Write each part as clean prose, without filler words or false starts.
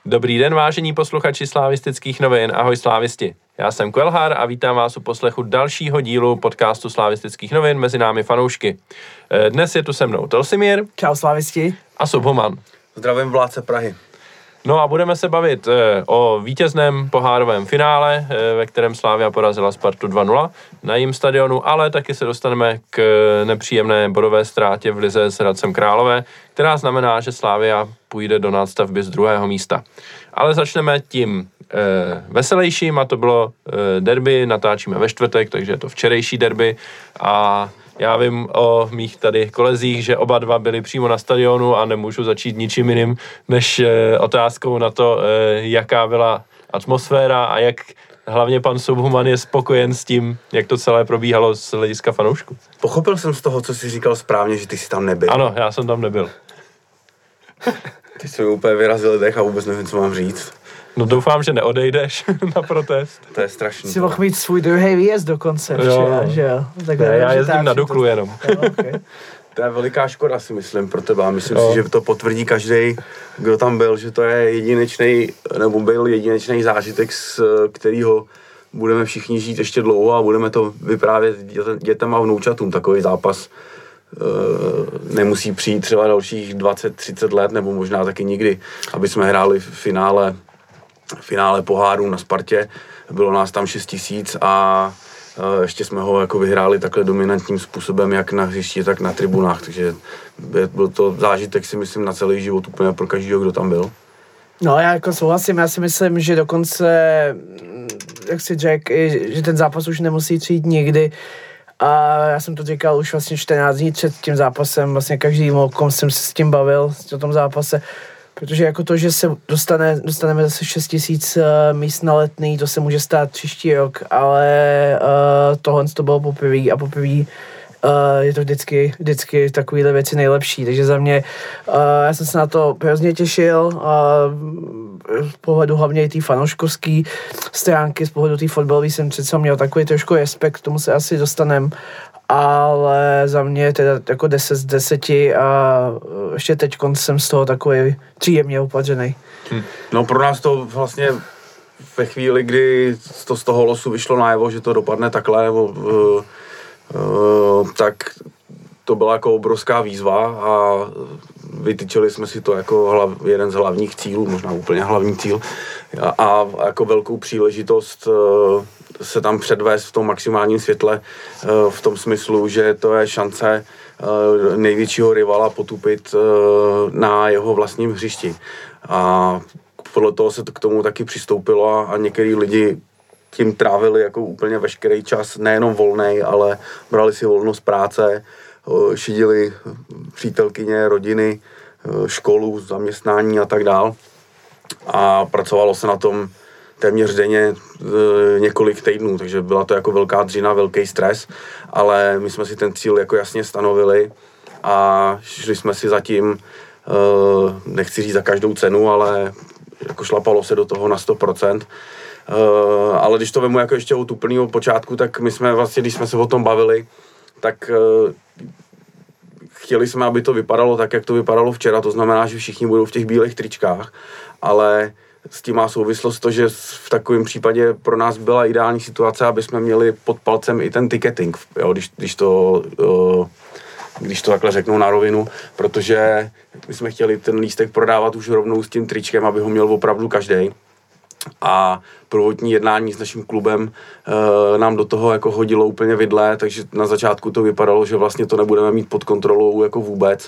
Dobrý den, vážení posluchači Slavistických novin, ahoj slávisti. Já jsem Kvelhar a vítám vás u poslechu dalšího dílu podcastu Slavistických novin mezi námi fanoušky. Dnes je tu se mnou Telsimír. Čau slávisti. A Subhoman. Zdravím vládce Prahy. No a budeme se bavit o vítězném pohárovém finále, ve kterém Slavia porazila Spartu 2-0 na jejím stadionu, ale taky se dostaneme k nepříjemné bodové ztrátě v lize s Hradcem Králové, která znamená, že Slavia půjde do nástavby z druhého místa. Ale začneme tím veselějším, a to bylo derby, natáčíme ve čtvrtek, takže je to včerejší derby a já vím o mých tady kolezích, že oba dva byli přímo na stadionu a nemůžu začít ničím jiným, než otázkou na to, jaká byla atmosféra a jak hlavně pan Subhoman je spokojen s tím, jak to celé probíhalo z hlediska fanoušků. Pochopil jsem z toho, co jsi říkal správně, že ty jsi tam nebyl. Ano, já jsem tam nebyl. Ty jsi mi úplně vyrazil dech a vůbec nevím, co mám říct. No doufám, že neodejdeš na protest. To je strašný. Jsi mohl mít svůj druhý výjezd dokonce včera, že jo? Ne, já jezdím na Duklu jenom. Okay. To je veliká škoda, si myslím, pro tebe. Myslím si, že to potvrdí každý, kdo tam byl, že to je jedinečný, nebo byl jedinečný zážitek, z kterého budeme všichni žít ještě dlouho a budeme to vyprávět dětem a vnoučatům. Takový zápas nemusí přijít třeba dalších 20-30 let, nebo možná taky nikdy, aby jsme hráli v finále poháru na Spartě. Bylo nás tam 6 000 a ještě jsme ho jako vyhráli takhle dominantním způsobem, jak na hřišti, tak na tribunách, takže byl to zážitek, si myslím, na celý život úplně pro každého, kdo tam byl. No já jako souhlasím, já si myslím, že dokonce, jak si řekl, že ten zápas už nemusí přijít nikdy. A já jsem to říkal už vlastně 14 dní před tím zápasem, vlastně každým okom jsem se s tím bavil, o tom zápase. Protože jako to, že se dostaneme zase 6 000 míst na Letný, to se může stát příští rok, ale tohle to bylo poprvé a poprvé je to vždycky takovýhle věci nejlepší, takže za mě já jsem se na to hrozně těšil z pohledu hlavně i té fanouškovské stránky, z pohledu té fotbalové jsem přece měl takový trošku respekt, k tomu se asi dostanem, ale za mě teda jako 10 z 10 a ještě teď jsem z toho takový příjemně upadřený. No pro nás to vlastně ve chvíli, kdy to z toho losu vyšlo najevo, že to dopadne takhle, nebo tak to byla jako obrovská výzva a vytyčili jsme si to jako jeden z hlavních cílů, možná úplně hlavní cíl a jako velkou příležitost se tam předvést v tom maximálním světle v tom smyslu, že to je šance největšího rivala potupit na jeho vlastním hřišti. A podle toho se k tomu taky přistoupilo a některý lidi tím trávili jako úplně veškerý čas, nejenom volnej, ale brali si volno z práce, šidili přítelkyně, rodiny, školu, zaměstnání a tak dál. A pracovalo se na tom téměř denně několik týdnů, takže byla to jako velká dřina, velký stres, ale my jsme si ten cíl jako jasně stanovili a šli jsme si zatím, nechci říct za každou cenu, ale jako šlapalo se do toho na 100%. Ale když to vemu jako ještě od úplného počátku, tak my jsme vlastně, když jsme se o tom bavili, tak chtěli jsme, aby to vypadalo tak, jak to vypadalo včera, to znamená, že všichni budou v těch bílých tričkách, ale s tím má souvislost to, že v takovém případě pro nás byla ideální situace, aby jsme měli pod palcem i ten ticketing, jo, když to takhle řeknou na rovinu, protože my jsme chtěli ten lístek prodávat už rovnou s tím tričkem, aby ho měl opravdu každý. A prvotní jednání s naším klubem nám do toho jako hodilo úplně vidle, takže na začátku to vypadalo, že vlastně to nebudeme mít pod kontrolou jako vůbec.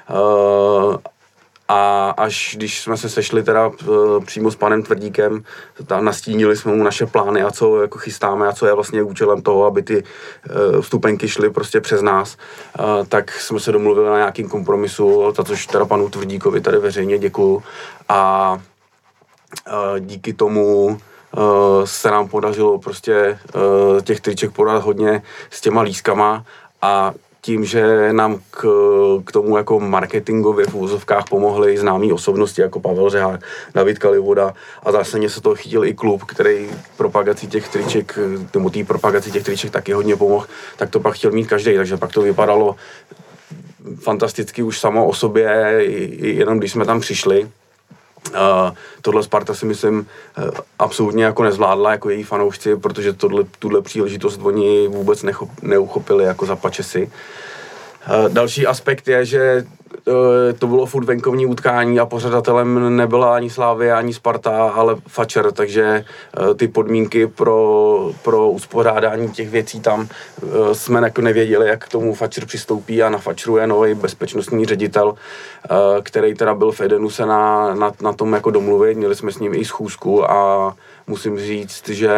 A až když jsme se sešli teda přímo s panem Tvrdíkem, nastínili jsme mu naše plány a co jako chystáme a co je vlastně účelem toho, aby ty vstupenky šly prostě přes nás, tak jsme se domluvili na nějakým kompromisu, za což teda panu Tvrdíkovi tady veřejně děkuju. A díky tomu se nám podařilo prostě těch triček podat hodně s těma lístkama a tím, že nám k tomu jako marketingově v úvozovkách pomohly známí osobnosti jako Pavel Řehák, David Kalivoda a zásadně se toho chytil i klub, který propagaci těch triček, tomu té propagaci těch triček taky hodně pomohl, tak to pak chtěl mít každý, takže pak to vypadalo fantasticky už samo o sobě, jenom když jsme tam přišli. Tohle Sparta si myslím absolutně jako nezvládla jako její fanoušci, protože tuhle příležitost oni vůbec neuchopili jako za pačesy. Další aspekt je, že to bylo furt venkovní utkání a pořadatelem nebyla ani Slavia, ani Sparta, ale Fatscher, takže ty podmínky pro uspořádání těch věcí tam jsme jako nevěděli, jak k tomu Fatscher přistoupí a na Fatscheru je nový bezpečnostní ředitel, který teda byl v Edenu se na tom jako domluvit, měli jsme s ním i schůzku a musím říct, že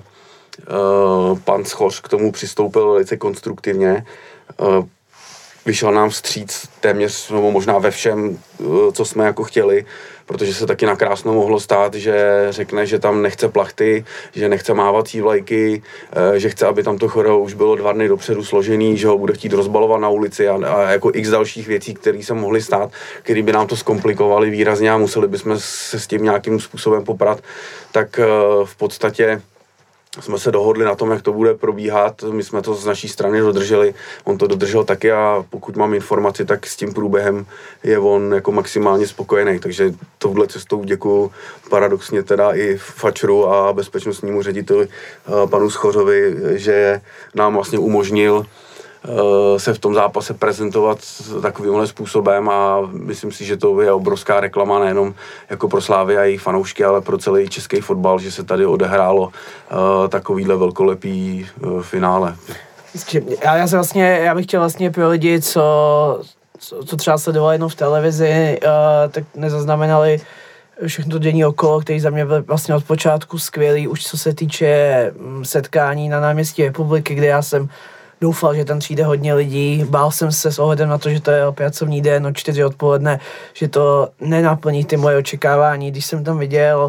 pan Schoř k tomu přistoupil velice konstruktivně. Vyšel nám vstříc téměř, nebo možná ve všem, co jsme jako chtěli, protože se taky nakrásno mohlo stát, že řekne, že tam nechce plachty, že nechce mávací vlajky, že chce, aby tam to choreo už bylo 2 dny dopředu složený, že ho bude chtít rozbalovat na ulici a jako x dalších věcí, které se mohly stát, které by nám to zkomplikovaly výrazně a museli bychom se s tím nějakým způsobem poprat, tak v podstatě jsme se dohodli na tom, jak to bude probíhat, my jsme to z naší strany dodrželi, on to dodržel taky a pokud mám informaci, tak s tím průběhem je on jako maximálně spokojený, takže touhle cestou děkuju paradoxně teda i Fatscheru a bezpečnostnímu řediteli panu Schořovi, že nám vlastně umožnil se v tom zápase prezentovat takovýmhle způsobem a myslím si, že to je obrovská reklama nejenom jako pro Slávy a jejich fanoušky, ale pro celý český fotbal, že se tady odehrálo takovýhle velkolepý finále. Já bych chtěl vlastně pro lidi, co třeba sledovali jenom v televizi, tak nezaznamenali všechno to dění okolo, který za mě byl vlastně od počátku skvělý, už co se týče setkání na náměstí Republiky, kde já jsem doufal, že tam přijde hodně lidí. Bál jsem se s ohledem na to, že to je pracovní den od 4 odpoledne, že to nenaplní ty moje očekávání. Když jsem tam viděl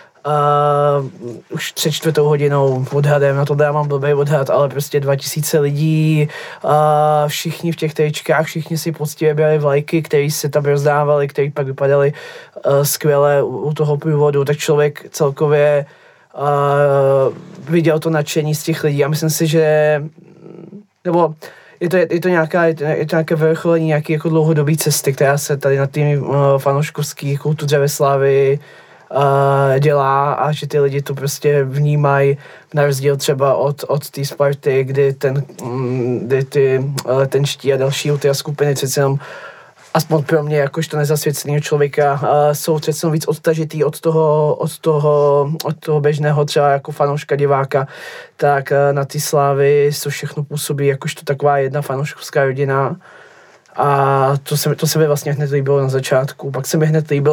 už 3/4 hodinou odhadem, na to dávám blbý odhad, ale prostě 2000 lidí, všichni v těch tričkách, všichni si poctivě brali vlajky, které se tam rozdávali, které pak vypadaly skvěle u toho průvodu, tak člověk celkově viděl to nadšení z těch lidí a myslím si, že nebo je to nějaké vrcholení nějaké jako dlouhodobé cesty, která se tady na tým fanouškovský kultuře ve Slávii dělá a že ty lidi to prostě vnímají na rozdíl třeba od té Sparty, kdy ten Ští a další ty skupiny přece jenom aspoň pro mě, jakožto nezasvěceného člověka, jsou přece víc odtažitý od toho běžného třeba jako fanouška, diváka, tak na ty Slávy to všechno působí jakožto taková jedna fanouškovská rodina a to se mi vlastně hned líbilo na začátku. Pak se mi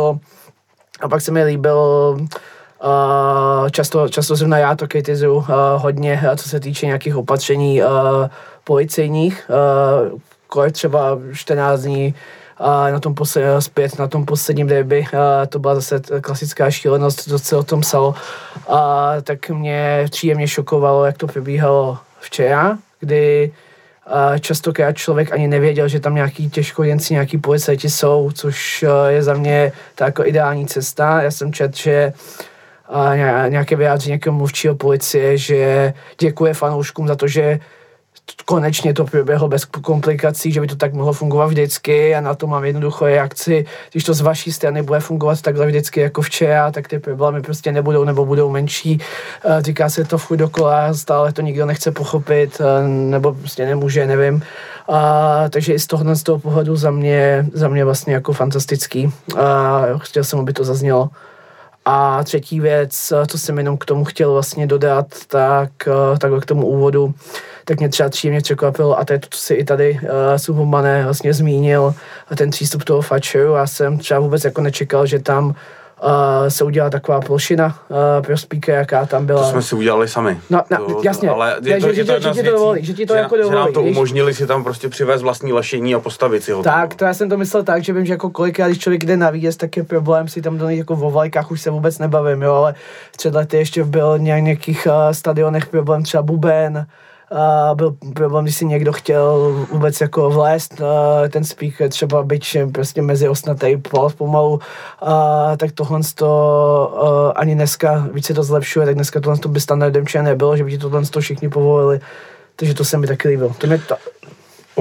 líbilo často zrovna já to kritizuju hodně, co se týče nějakých opatření policejních, třeba 14 dní na tom posledním derby, to byla zase klasická šílenost, to se o tom psalo, tak mě příjemně šokovalo, jak to probíhalo včera, kdy častokrát člověk ani nevěděl, že tam nějaký těžkojenci, nějaký policajti jsou, což je za mě ta jako ideální cesta. Já jsem četl, že nějaké vyjádření nějakého mluvčího policie, že děkuje fanouškům za to, že konečně to proběhlo bez komplikací, že by to tak mohlo fungovat vždycky a na to mám jednoduchou reakci. Když to z vaší strany bude fungovat takhle vždycky jako včera, tak ty problémy prostě nebudou nebo budou menší. Říká se to furt dokola, stále to nikdo nechce pochopit nebo prostě nemůže, nevím. Takže i z toho pohledu za mě vlastně jako fantastický. Chtěl jsem, aby to zaznělo. A třetí věc, co jsem jenom k tomu chtěl vlastně dodat, tak takhle k tomu úvodu, tak mě třeba příjemně překvapilo, a to je to, co si i tady Subomane vlastně zmínil, ten přístup toho Fatscheru. Já jsem třeba vůbec jako nečekal, že tam se udělala taková plošina pro speaker, jaká tam byla. To jsme si udělali sami. Jasně, ale že ti to jako dovolí. Že nám to umožnili si tam prostě přivést vlastní lešení a postavit si ho. Tak, to já jsem to myslel tak, že vím, že jako kolikrát, když člověk jde na výjezd, tak je problém si tam donít jako vo vlajkách, už se vůbec nebavím, jo, ale před lety ještě byl nějakých stadionech problém třeba buben, byl problém, když si někdo chtěl vůbec jako vlézt ten speaker, třeba byť prostě mezi osnatý plot pomalu, tak tohle ani dneska, víc se to zlepšuje, tak dneska tohle by standardem nebylo, že by ti tohle všichni povolili, takže to se mi taky líbilo.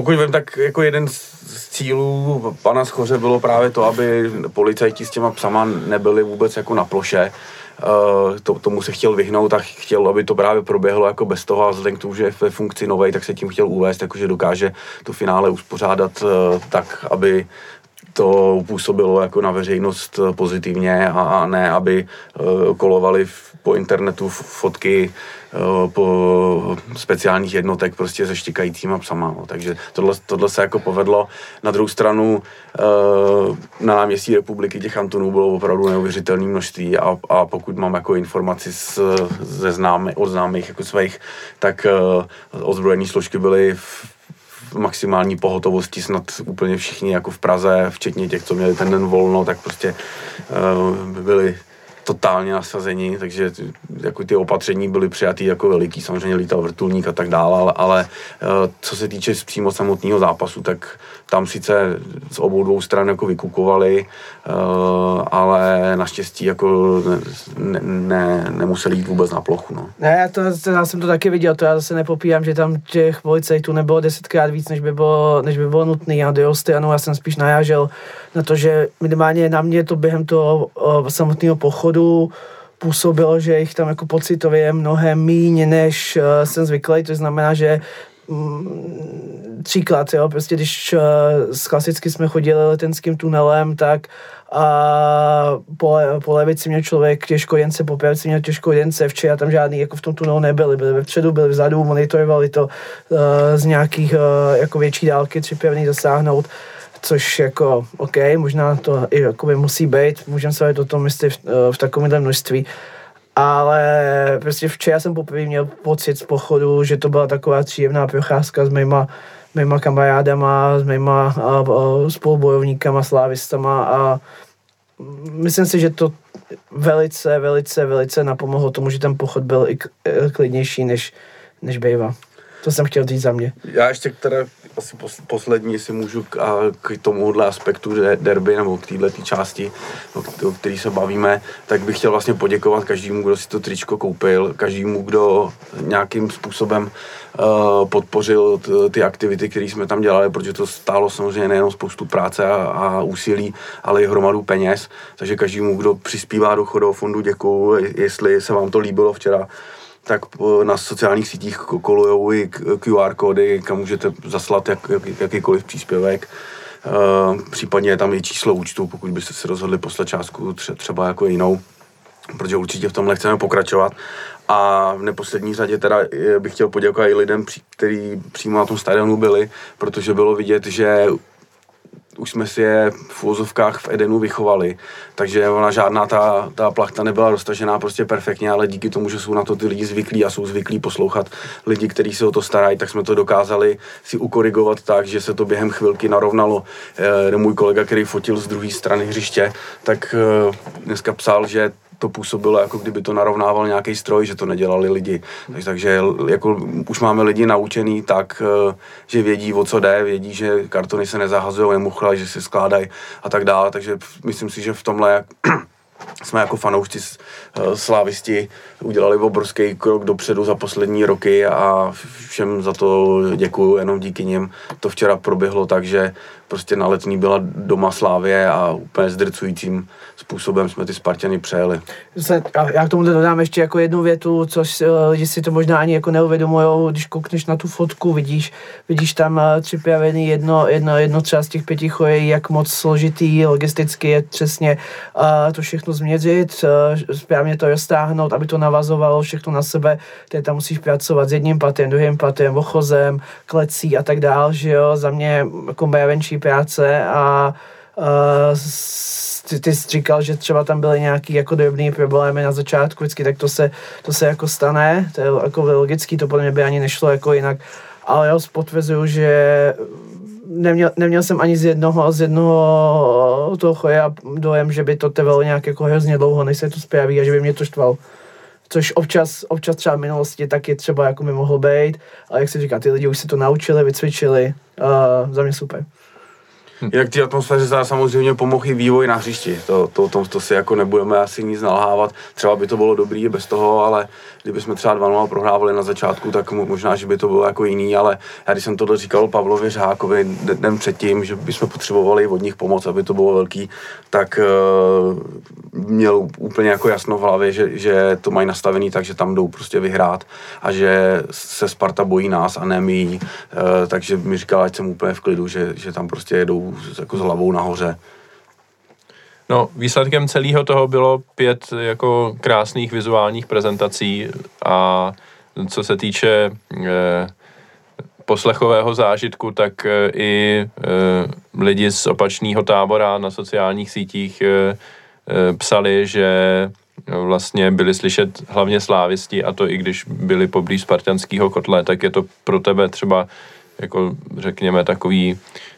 Pokud vím, tak jako jeden z cílů pana Schoře bylo právě to, aby policajti s těma psama nebyli vůbec jako na ploše. Tomu se chtěl vyhnout a chtěl, aby to právě proběhlo jako bez toho a vzhledem k tomu, že je ve funkci novej, tak se tím chtěl uvést, jakože dokáže to finále uspořádat tak, aby to působilo jako na veřejnost pozitivně a ne, aby kolovaly po internetu fotky po speciálních jednotek prostě se štikajícíma psama. No. Takže tohle se jako povedlo. Na druhou stranu na náměstí Republiky těch Antonů bylo opravdu neuvěřitelné množství a pokud mám jako informaci od známých jako svých, tak ozbrojené složky byly v maximální pohotovosti snad úplně všichni jako v Praze, včetně těch, co měli ten den volno, tak prostě byli totálně nasazení, takže jako ty opatření byly přijatý jako veliký, samozřejmě lítal vrtulník a tak dále, ale co se týče přímo samotného zápasu, tak tam sice z obou dvou stran jako vykukovali, ale naštěstí jako nemuseli jít vůbec na plochu. No. Ne, já jsem to taky viděl, to já zase nepopírám, že tam těch policajtů nebylo 10krát víc, než by bylo nutné. A do jeho stranu já jsem spíš najážel na to, že minimálně na mě to během toho samotného pochodu působilo, že jich tam jako pocitově je mnohem míň, než jsem zvyklý, to znamená, že příklad, jo, prostě když klasicky jsme chodili letenským tunelem, tak po levici měl člověk těžkojence, po pravici měl těžkojence, včera tam žádný jako v tom tunelu nebyli, byli vepředu, byli vzadu, monitorovali to z nějakých jako větší dálky připravený dosáhnout, což jako OK, možná to i jakoby musí být, můžeme se o tom myslet v takovémhle množství. Ale prostě včera jsem poprvé měl pocit z pochodu, že to byla taková příjemná procházka s mýma kamarádama, s mýma spolubojovníkama, slávistama a myslím si, že to velice napomohlo tomu, že ten pochod byl i klidnější než bývá. To jsem chtěl říct za mě. Já ještě teda asi poslední, jestli můžu k tomuhle aspektu derby nebo k této části, o který se bavíme, tak bych chtěl vlastně poděkovat každému, kdo si to tričko koupil, každému, kdo nějakým způsobem podpořil ty aktivity, které jsme tam dělali, protože to stálo samozřejmě nejenom spoustu práce a úsilí, ale i hromadu peněz. Takže každému, kdo přispívá do chodového fondu, děkuju, jestli se vám to líbilo včera, tak na sociálních sítích kolujou i QR kódy, kam můžete zaslat jakýkoliv příspěvek. Případně je tam i číslo účtu, pokud byste se rozhodli poslat částku třeba jako jinou, protože určitě v tomhle chceme pokračovat. A v neposlední řadě teda bych chtěl poděkovat i lidem, kteří přímo na tom stadionu byli, protože bylo vidět, že už jsme si je v uvozovkách v Edenu vychovali, takže ona žádná ta plachta nebyla roztažená prostě perfektně, ale díky tomu, že jsou na to ty lidi zvyklí a jsou zvyklí poslouchat lidi, kteří se o to starají, tak jsme to dokázali si ukorigovat tak, že se to během chvilky narovnalo. Můj kolega, který fotil z druhé strany hřiště, tak dneska psal, že to působilo, jako kdyby to narovnával nějaký stroj, že to nedělali lidi. Takže jako už máme lidi naučený tak, že vědí, o co jde, vědí, že kartony se nezahazují, nemuchlají, že se skládají a tak dále. Takže myslím si, že v tomhle jsme jako fanoušci slávisti udělali obrovský krok dopředu za poslední roky a všem za to děkuju, jenom díky nim to včera proběhlo tak, že prostě na Letní byla doma Slávie a úplně zdrcujícím způsobem jsme ty Spartany přejeli. Já k tomu dodám ještě jako jednu větu, což lidi si to možná ani jako neuvědomujou, když koukneš na tu fotku, vidíš tam připravený jedno třeba z těch 5 chojejí, jak moc složitý logisticky je přesně to všechno změřit, správně to roztáhnout, aby to navazovalo všechno na sebe, tady tam musíš pracovat s jedním patrem, druhým patrem, ochozem, klecí a tak dál, že jo, za mě jako mravenčí práce a ty jsi říkal, že třeba tam byly nějaký jako drobný problémy na začátku vždycky, tak to se jako stane, to je jako logický, to podle mě by ani nešlo jako jinak, ale já potvrzuju, že neměl jsem ani z jednoho toho choje dojem, že by to trvalo nějak jako hrozně dlouho, než se to spraví a že by mě to štvalo. Což občas třeba v minulosti taky třeba jako by mohlo být, ale jak se říká, ty lidi už si to naučili, vycvičili, za mě super. Jak ty atmosféře samozřejmě pomohl i vývoj na hřišti, to si jako nebudeme asi nic nalhávat, třeba by to bylo dobrý bez toho, ale kdyby jsme třeba 2-0 prohrávali na začátku, tak možná, že by to bylo jako jiný, ale já když jsem tohle říkal Pavlovi Řákovi den předtím, že bychom potřebovali od nich pomoc, aby to bylo velký, tak měl úplně jako jasno v hlavě, že to mají nastavený tak, že tam jdou prostě vyhrát a že se Sparta bojí nás a ne my, takže mi říkal, ať jsem úplně v klidu, že tam prostě jedou jako s hlavou nahoře. No, výsledkem celého toho bylo 5 jako krásných vizuálních prezentací a co se týče poslechového zážitku, tak i lidi z opačného tábora na sociálních sítích psali, že vlastně byli slyšet hlavně slávisti, a to i když byli poblíž spartanského kotle, tak je to pro tebe třeba jako řekněme takový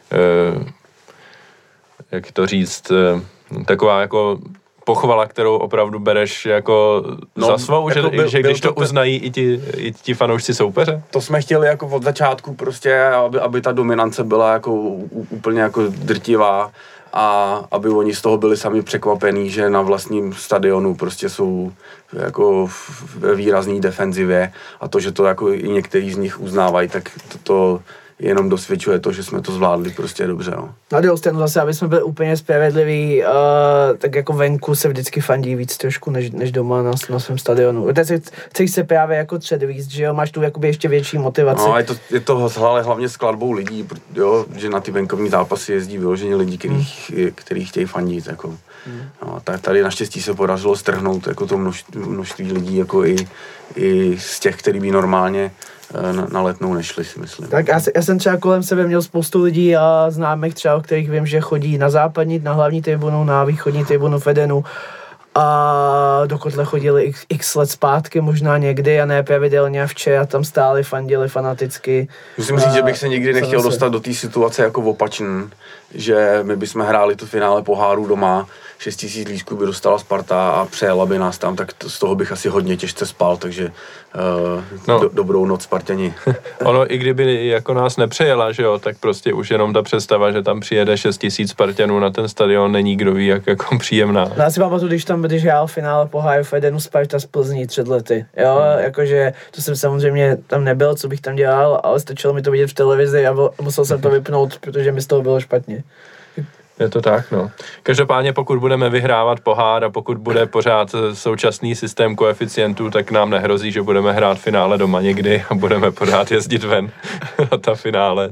jak to říct, taková jako pochvala, kterou opravdu bereš jako za svou, jako že když to uznají i ti fanoušci soupeře? To jsme chtěli jako od začátku prostě, aby ta dominance byla jako úplně jako drtivá a aby oni z toho byli sami překvapení, že na vlastním stadionu prostě jsou jako ve výrazné defenzivě a to, že to jako i některý z nich uznávají, tak to jenom dosvědčuje to, že jsme to zvládli prostě dobře, no. Na druhou stranu zase, aby jsme byli úplně spravedliví, tak jako venku se vždycky fandí víc trošku, než doma na svém stadionu. Chceš se právě jako předvíst, že jo, máš tu jakoby ještě větší motivaci. No, je to hlavně skladbou lidí, jo, že na ty venkovní zápasy jezdí vyloženě lidi, kteří chtějí fandit, jako. No, tady naštěstí se podařilo strhnout jako to množství lidí, jako i z těch, kteří by normálně na Letnou nešli, si myslím. Tak já jsem třeba kolem sebe měl spoustu lidí a známých třeba, o kterých vím, že chodí na západní, na hlavní tribunu, na východní tribunu v Edenu a do Kotle chodili x let zpátky, možná někdy a ne pravidelně a včera tam stáli, fandili fanaticky. Musím říct, že bych se nikdy nechtěl dostat do té situace jako opačný, že my bychom hráli to finále poháru doma, 6 000 lístků by dostala Sparta a přejela by nás tam, tak z toho bych asi hodně těžce spal, takže dobrou noc Spartani. Ono i kdyby jako nás nepřejela, že jo, tak prostě už jenom ta představa, že tam přijede 6 000 Spartanů na ten stadion, není kdo ví, jak jako příjemná. Já si pamatuju, když hrál finále poháru v Edenu Sparta z Plzní 3 lety, jo, jakože to jsem samozřejmě tam nebyl, co bych tam dělal, ale stačilo mi to vidět v televizi a musel jsem to vypnout, protože mi z toho bylo špatně. Je to tak, no. Každopádně pokud budeme vyhrávat pohár a pokud bude pořád současný systém koeficientů, tak nám nehrozí, že budeme hrát finále doma někdy a budeme pořád jezdit ven na ta finále,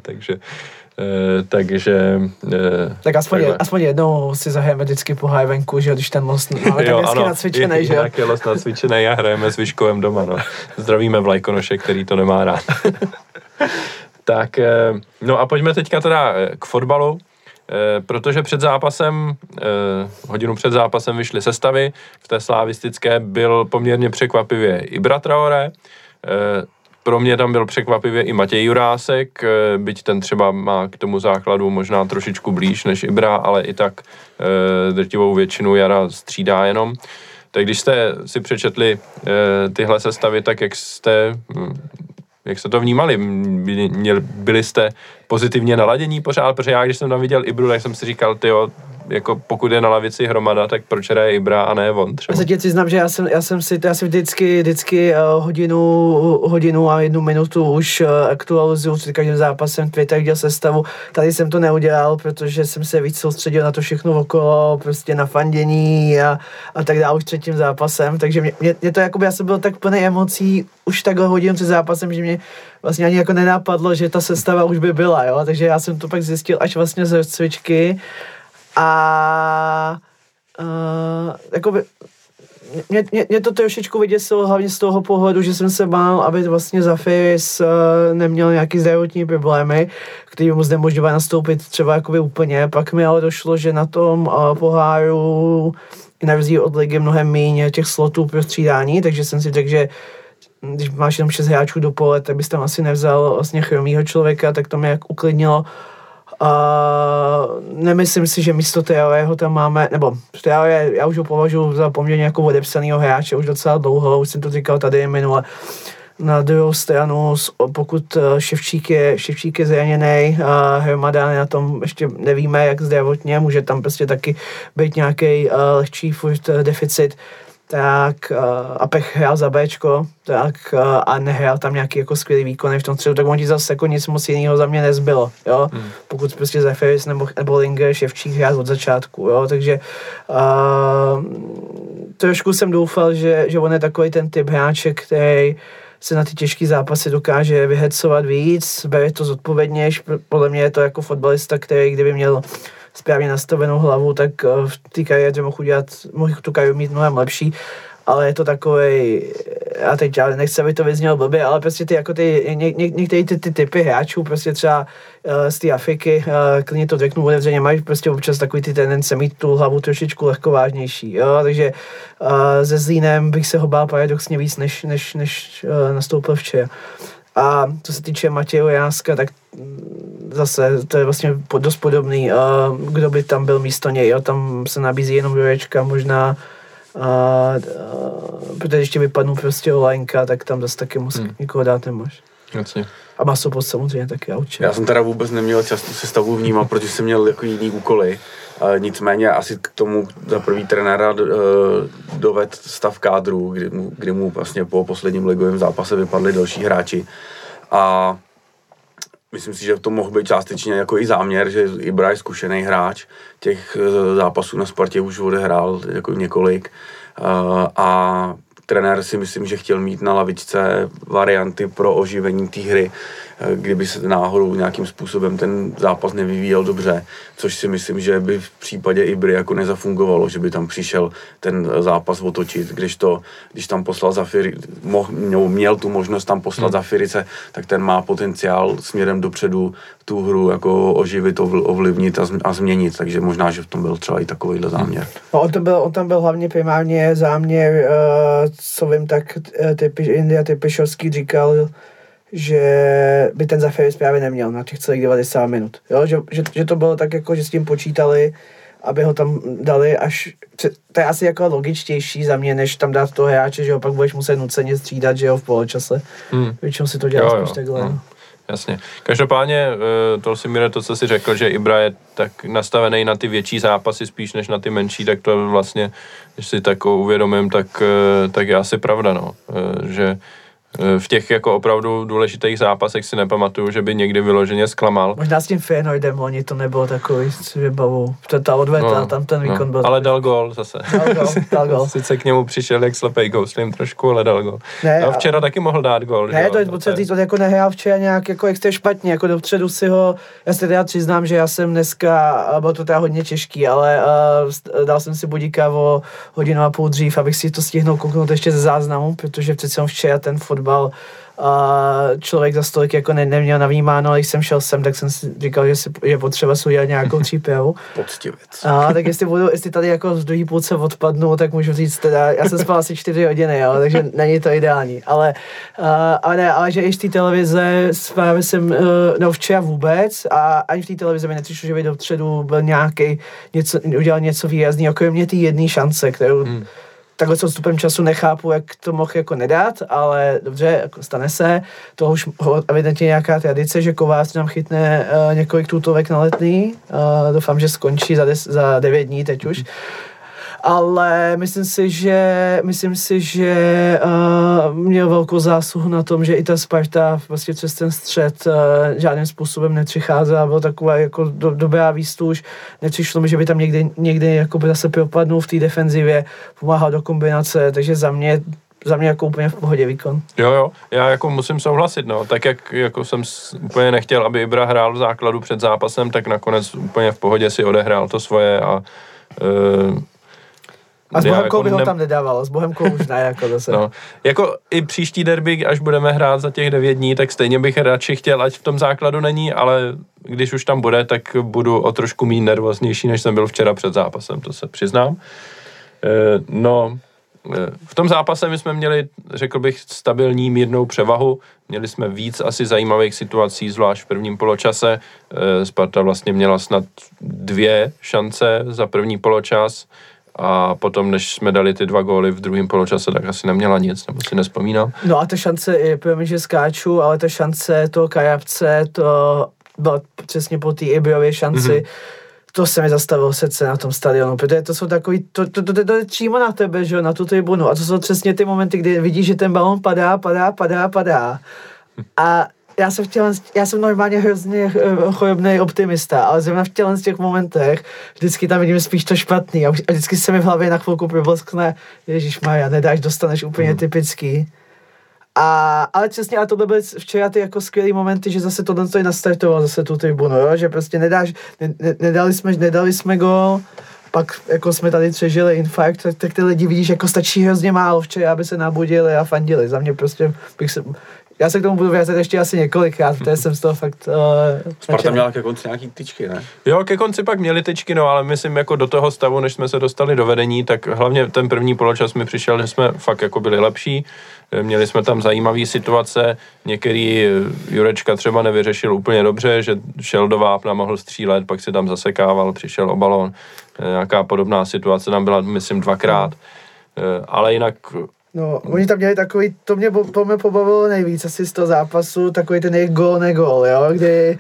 tak aspoň jednou si zahajeme vždycky pohár venku, že když ten most máme tak hezky nacvičený, že jo? Je los nacvičený a hrajeme s Vyškovem doma, no. Zdravíme Vlajkonoše, který to nemá rád. Tak, no a pojďme teďka teda k fotbalu. Protože před zápasem, hodinu před zápasem vyšly sestavy, v té slavistické byl poměrně překvapivě Ibra Traoré, pro mě tam byl překvapivě i Matěj Jurásek, byť ten třeba má k tomu základu možná trošičku blíž než Ibra, ale i tak drtivou většinu jara střídá jenom. Tak když jste si přečetli tyhle sestavy, tak jak jste to vnímali? Byli jste pozitivně naladění pořád? Protože já, když jsem tam viděl Ibru, tak jsem si říkal, tyjo, jako pokud je na lavici hromada, tak proč hraje Ibra a ne on třeba? Já se tě přiznám, že já jsem si vždycky hodinu a 1 minutu už aktualizuju před každým zápasem Twitter, dělal sestavu. Tady jsem to neudělal, protože jsem se víc soustředil na to všechno okolo, prostě na fandění a tak dále už před tím zápasem, takže mě to jakoby, já jsem byl tak plný emocí už takhle hodinu před zápasem, že mě vlastně ani jako nenapadlo, že ta sestava už by byla, jo, takže já jsem to pak zjistil až vlastně ze cvičky. A jakoby, mě to trošičku vyděsilo hlavně z toho pohledu, že jsem se bál, aby vlastně Zafiris neměl nějaký zdravotní problémy, který mu znemožňoval nastoupit třeba jakoby úplně. Pak mi ale došlo, že na tom poháru na rozdíl od ligy mnohem méně těch slotů pro střídání, takže jsem si řekl, že když máš jenom 6 hráčů do pole, tak bys tam asi nevzal vlastně chromýho člověka, tak to mě jak uklidnilo. Nemyslím si, že místo Traorého tam máme, nebo Traoré, já už ho považuji za poměrně jako odepsanýho hráče už docela dlouho, už jsem to říkal tady minule. Na druhou stranu, pokud Ševčík je zraněný, Hromada na tom ještě nevíme, jak zdravotně, může tam prostě taky být nějaký lehčí furt deficit, tak a Pech hrál za Bčko, tak a nehrál tam nějaký jako skvělý výkony v tom středu, tak on ti zase jako nic moc jiného za mě nezbylo, jo, pokud prostě Zeferis nebo Linger, Ševčík hrál od začátku, jo, takže trošku jsem doufal, že on je takový ten typ hráče, který se na ty těžké zápasy dokáže vyhecovat víc, bere to zodpovědnější, podle mě je to jako fotbalista, který kdyby měl správně nastavenou hlavu, tak v té kariéře mohl tu kariéru mít mnohem lepší, ale je to takovej, já teď nechci, aby to vyznělo blbě, ale prostě některé ty typy hráčů, prostě třeba z té Afriky, klidně to řeknu otevřeně, mají prostě občas takový ty tendence mít tu hlavu trošičku lehkovážnější, jo, takže se Zlínem bych se ho bál paradoxně víc, než nastoupil včera. A co se týče Matěje Jáska, tak zase to je vlastně dost podobný, kdo by tam byl místo něj, jo? Tam se nabízí jenom Jurečka, možná, protože ještě vypadnou prostě Olajnka, tak tam zase taky moc nikoho dát nemáš. Jasně. A Masopust samozřejmě taky auče. Já jsem teda vůbec neměl čas tu sestavu vnímat, protože jsem měl jako jiný úkoly. Nicméně asi k tomu za první trenéra doved stav kádru, kdy mu vlastně po posledním ligovém zápase vypadli další hráči. A myslím si, že to mohl být částečně jako i záměr, že Ibra je zkušený hráč, těch zápasů na Spartě už odehrál jako několik a trenér si myslím, že chtěl mít na lavičce varianty pro oživení té hry, kdyby se náhodou nějakým způsobem ten zápas nevyvíjel dobře, což si myslím, že by v případě Ibry jako nezafungovalo, že by tam přišel ten zápas otočit, když tam poslal měl tu možnost tam poslat Zafirice, tak ten má potenciál směrem dopředu tu hru jako oživit, ovlivnit a změnit, takže možná, že v tom byl třeba i takovýhle záměr. No, on tam byl hlavně primárně záměr, co vím, tak India Typišovský říkal, že by ten Zafiris právě neměl na těch celých 90 minut. Jo? Že to bylo tak, jako, že s tím počítali, aby ho tam dali až... To je asi jako logičtější za mě, než tam dát toho hráče, že ho pak budeš muset nuceně střídat, že jo, v poločase. Většinou si to dělá spíš takhle. No. Jasně. Každopádně, to, co jsi řekl, že Ibra je tak nastavený na ty větší zápasy spíš než na ty menší, tak to vlastně, když si tak uvědomím, tak je asi pravda, no. Že v těch jako opravdu důležitých zápasech si nepamatuju, že by někdy vyloženě zklamal. Možná s tím Feyenoordem oni to nebylo takový s vybavou. Ta odveta, tam ten výkon byl. Ale dal gól zase. Dal gól. Sice k němu přišel jak slepej kouslim trošku, ale dal gól. No, včera taky mohl dát gól. Ne, to je potřeba říct, on jako nehrál včera nějak jako extra špatně, jako dopředu si ho, já se teda přiznám, že já jsem dneska, bylo to teda hodně těžký, ale dal jsem si budíka o hodinu a půl dřív, abych si to stihnul kouknout ještě ze záznamu, protože přece včera ten fotbal člověk za stolik jako neměl navnímáno, ale když jsem šel sem, tak jsem si říkal, že je potřeba si udělat nějakou přípravu. Poctivec. Tak jestli tady jako z druhý půlce odpadnu, tak můžu říct teda, já jsem spal asi 4 hodiny, jo, takže není to ideální, ale že i z té televize právě jsem, včera vůbec a ani v té televizi mi nepřišlo, že by dopředu byl udělal něco výrazného, kromě té jedné šance, kterou takhle s odstupem času nechápu, jak to mohl jako nedát, ale dobře, jako stane se. To už evidentně nějaká tradice, že Kovář nám chytne několik tutovek na Letný. Doufám, že skončí za 9 dní teď už. Ale myslím si, že měl velkou zásluhu na tom, že i ta Sparta vlastně přes ten střed žádným způsobem nepřicházela, byla taková jako dobrá výstuž, nepřišlo mi, že by tam někdy jako by zase propadnul v té defenzivě, pomáhal do kombinace, takže za mě jako úplně v pohodě výkon. Jo, já jako musím souhlasit, no, tak jak jako jsem úplně nechtěl, aby Ibra hrál v základu před zápasem, tak nakonec úplně v pohodě si odehrál to svoje a s Bohemkou by ho tam nedával, s Bohemkou už ne, jako zase. No, jako i příští derby, až budeme hrát za těch 9 dní, tak stejně bych radši chtěl, ať v tom základu není, ale když už tam bude, tak budu o trošku méně nervóznější, než jsem byl včera před zápasem, to se přiznám. V tom zápase my jsme měli, řekl bych, stabilní mírnou převahu. Měli jsme víc asi zajímavých situací, zvlášť v prvním poločase. Sparta vlastně měla snad 2 šance za první poločas a potom, než jsme dali ty 2 góly v druhém poločase, tak asi neměla nic, nebo si nespomínám. No a ta šance, promiň, že skáču, ale ta šance toho Kajavce, to byla přesně po té Ibrově šanci, to se mi zastavilo srdce na tom stadionu, protože to jsou takový, to je přímo na tebe, že jo, na tu tribunu, a to jsou přesně ty momenty, kdy vidíš, že ten balón padá. A já jsem normálně hrozně chorobný optimista, ale zrovna v těch momentech vždycky tam vidím spíš to špatný a vždycky se mi v hlavě na chvilku probloskne, ježišmarja, nedáš, dostaneš úplně typický. Ale přesně, a tohle byly včera ty jako skvělý momenty, že zase tohle to nastartovalo zase tu tribunu, jo? Že prostě nedali jsme gól, pak jako jsme tady přežili infarkt, tak ty lidi vidíš, jako stačí hrozně málo včera, aby se nabudili a fandili. Za mě prostě já se k tomu budu vracet ještě asi několikrát, protože jsem z toho fakt... Sparta měla ke konci nějaký tyčky, ne? Jo, ke konci pak měli tyčky, no, ale myslím jako do toho stavu, než jsme se dostali do vedení, tak hlavně ten první poločas mi přišel, že jsme fakt jako byli lepší. Měli jsme tam zajímavé situace, některý Jurečka třeba nevyřešil úplně dobře, že šel do vápna, mohl střílet, pak si tam zasekával, přišel o balón. Nějaká podobná situace tam byla, myslím, 2krát. Ale jinak... No, oni tam měli takový, to mě pobavilo nejvíc asi z toho zápasu, takový ten jejich gól, jo, kdy